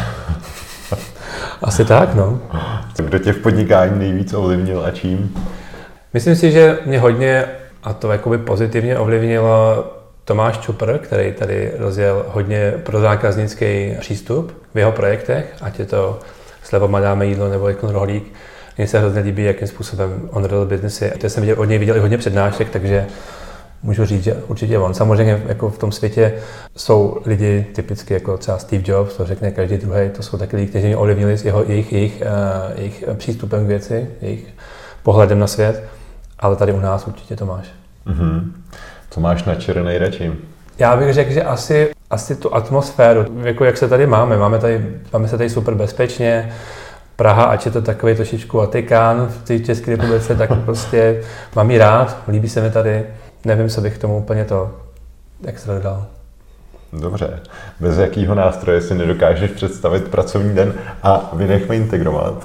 Asi tak, no. Kdo tě v podnikání nejvíc ovlivnil a čím? Myslím si, že mě hodně, a to jakoby pozitivně ovlivnilo Tomáš Čupr, který tady rozjel hodně prozákaznický přístup v jeho projektech, ať je to Slevama dáme jídlo nebo jako rohlík. Mně se hrozně líbí, jakým způsobem on rodil biznesy. To jsem viděl, od něj viděl i hodně přednášek, takže můžu říct, že určitě on. Samozřejmě jako v tom světě jsou lidi typicky jako třeba Steve Jobs, to řekne každý druhý, to jsou taky lidi, kteří mě ovlivnili s jeho, jejich, jejich, uh, jejich přístupem k věci, jejich pohledem na svět, ale tady u nás určitě to máš. Mm-hmm. Co máš na ČR nejradši? Já bych řekl, že asi, asi tu atmosféru, jako jak se tady máme, máme, tady, máme se tady super bezpečně, Praha, ať je to takový trošičku Vatikán v té České republice, tak prostě mám ji rád, líbí se mi tady, nevím, co bych k tomu úplně to extra dodal. Dobře. Bez jakého nástroje si nedokážeš představit pracovní den a vynechme integrovat?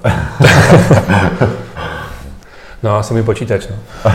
No, asi můj počítač, no.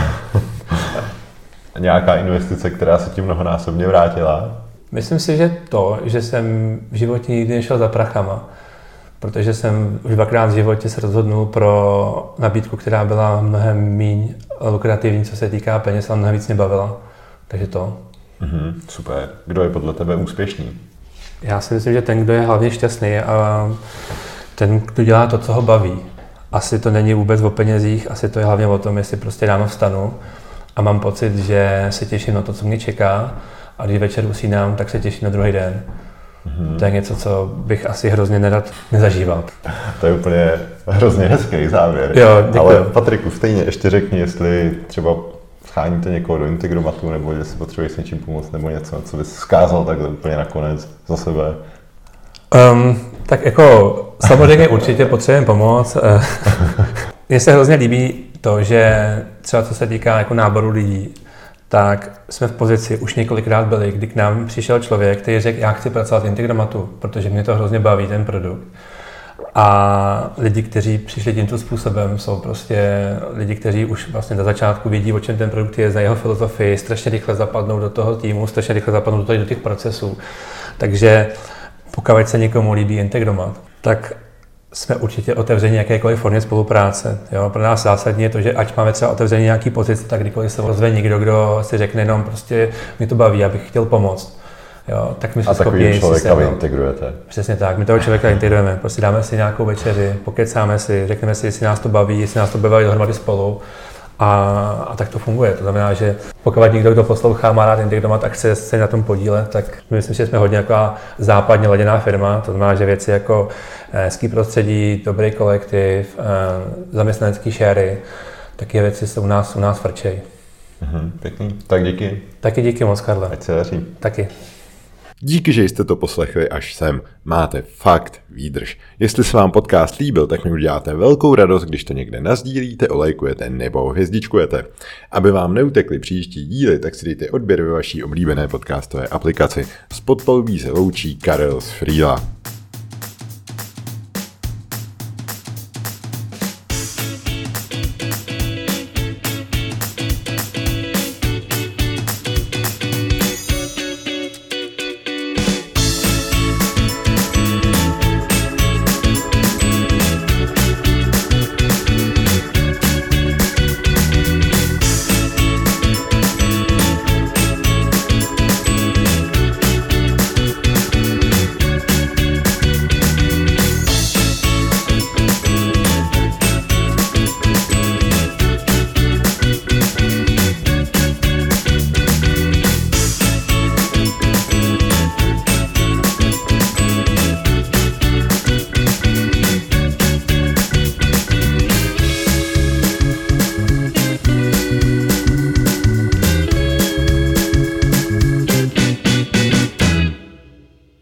Nějaká investice, která se ti mnohonásobně vrátila? Myslím si, že to, že jsem v životě nikdy nešel za prachama, protože jsem už dvakrát v životě se rozhodnul pro nabídku, která byla mnohem méně lukrativní, co se týká peněz, ale mnohem víc mě bavila. Takže to. Mm-hmm, super. Kdo je podle tebe úspěšný? Já si myslím, že ten, kdo je hlavně šťastný a ten, kdo dělá to, co ho baví. Asi to není vůbec o penězích, asi to je hlavně o tom, jestli prostě ráno vstanu a mám pocit, že se těším na to, co mě čeká a když večer usínám, tak se těším na druhý den. Mm-hmm. To je něco, co bych asi hrozně nerad nezažíval. To je úplně hrozně hezký závěr. Jo, děkuji. Ale Patriku, stejně ještě řekni, jestli třeba scháníte někoho do integromatu, nebo jestli potřebuješ s něčím pomoct, nebo něco, co bys vzkázal takhle úplně nakonec za sebe. Um, tak jako samozřejmě určitě potřebujeme pomoc. Mně se hrozně líbí to, že třeba co se týká jako náboru lidí, tak jsme v pozici už několikrát byli, kdy k nám přišel člověk, který řekl, já chci pracovat v integromatu, protože mě to hrozně baví, ten produkt. A lidi, kteří přišli tímto způsobem, jsou prostě lidi, kteří už vlastně na začátku vidí, o čem ten produkt je, za jeho filozofii, strašně rychle zapadnou do toho týmu, strašně rychle zapadnou do těch procesů. Takže pokud se někomu líbí integromat, tak jsme určitě otevřeni jakékoliv formě spolupráce. Jo? Pro nás zásadní je to, že ať máme třeba otevření nějaký pozici, tak kdykoliv se ozve někdo, kdo si řekne jenom prostě mě to baví, já bych chtěl pomoct. Jo, tak my jsme a takový člověka vy integrujete. Přesně tak, my toho člověka integrujeme. Prostě dáme si nějakou večeři, pokecáme si, řekneme si, jestli nás to baví, jestli nás to baví dohromady spolu. A, a tak to funguje. To znamená, že pokud někdo, kdo poslouchá, má rád integromat a chce se na tom podílet, tak myslím, že jsme hodně taková západně laděná firma. To znamená, že věci jako hezký prostředí, dobrý kolektiv, zaměstnanecký šéry, taky věci se u nás, u nás frčejí. Mhm, pěkný. Tak díky. Taky díky moc, Karle. Ať se daří. Taky. Díky, že jste to poslechli až sem. Máte fakt výdrž. Jestli se vám podcast líbil, tak mi uděláte velkou radost, když to někde nazdílíte, olejkujete nebo hvězdičkujete. Aby vám neutekly příští díly, tak si dejte odběr ve vaší oblíbené podcastové aplikaci. S podpalubí se loučí Karel z Frýla.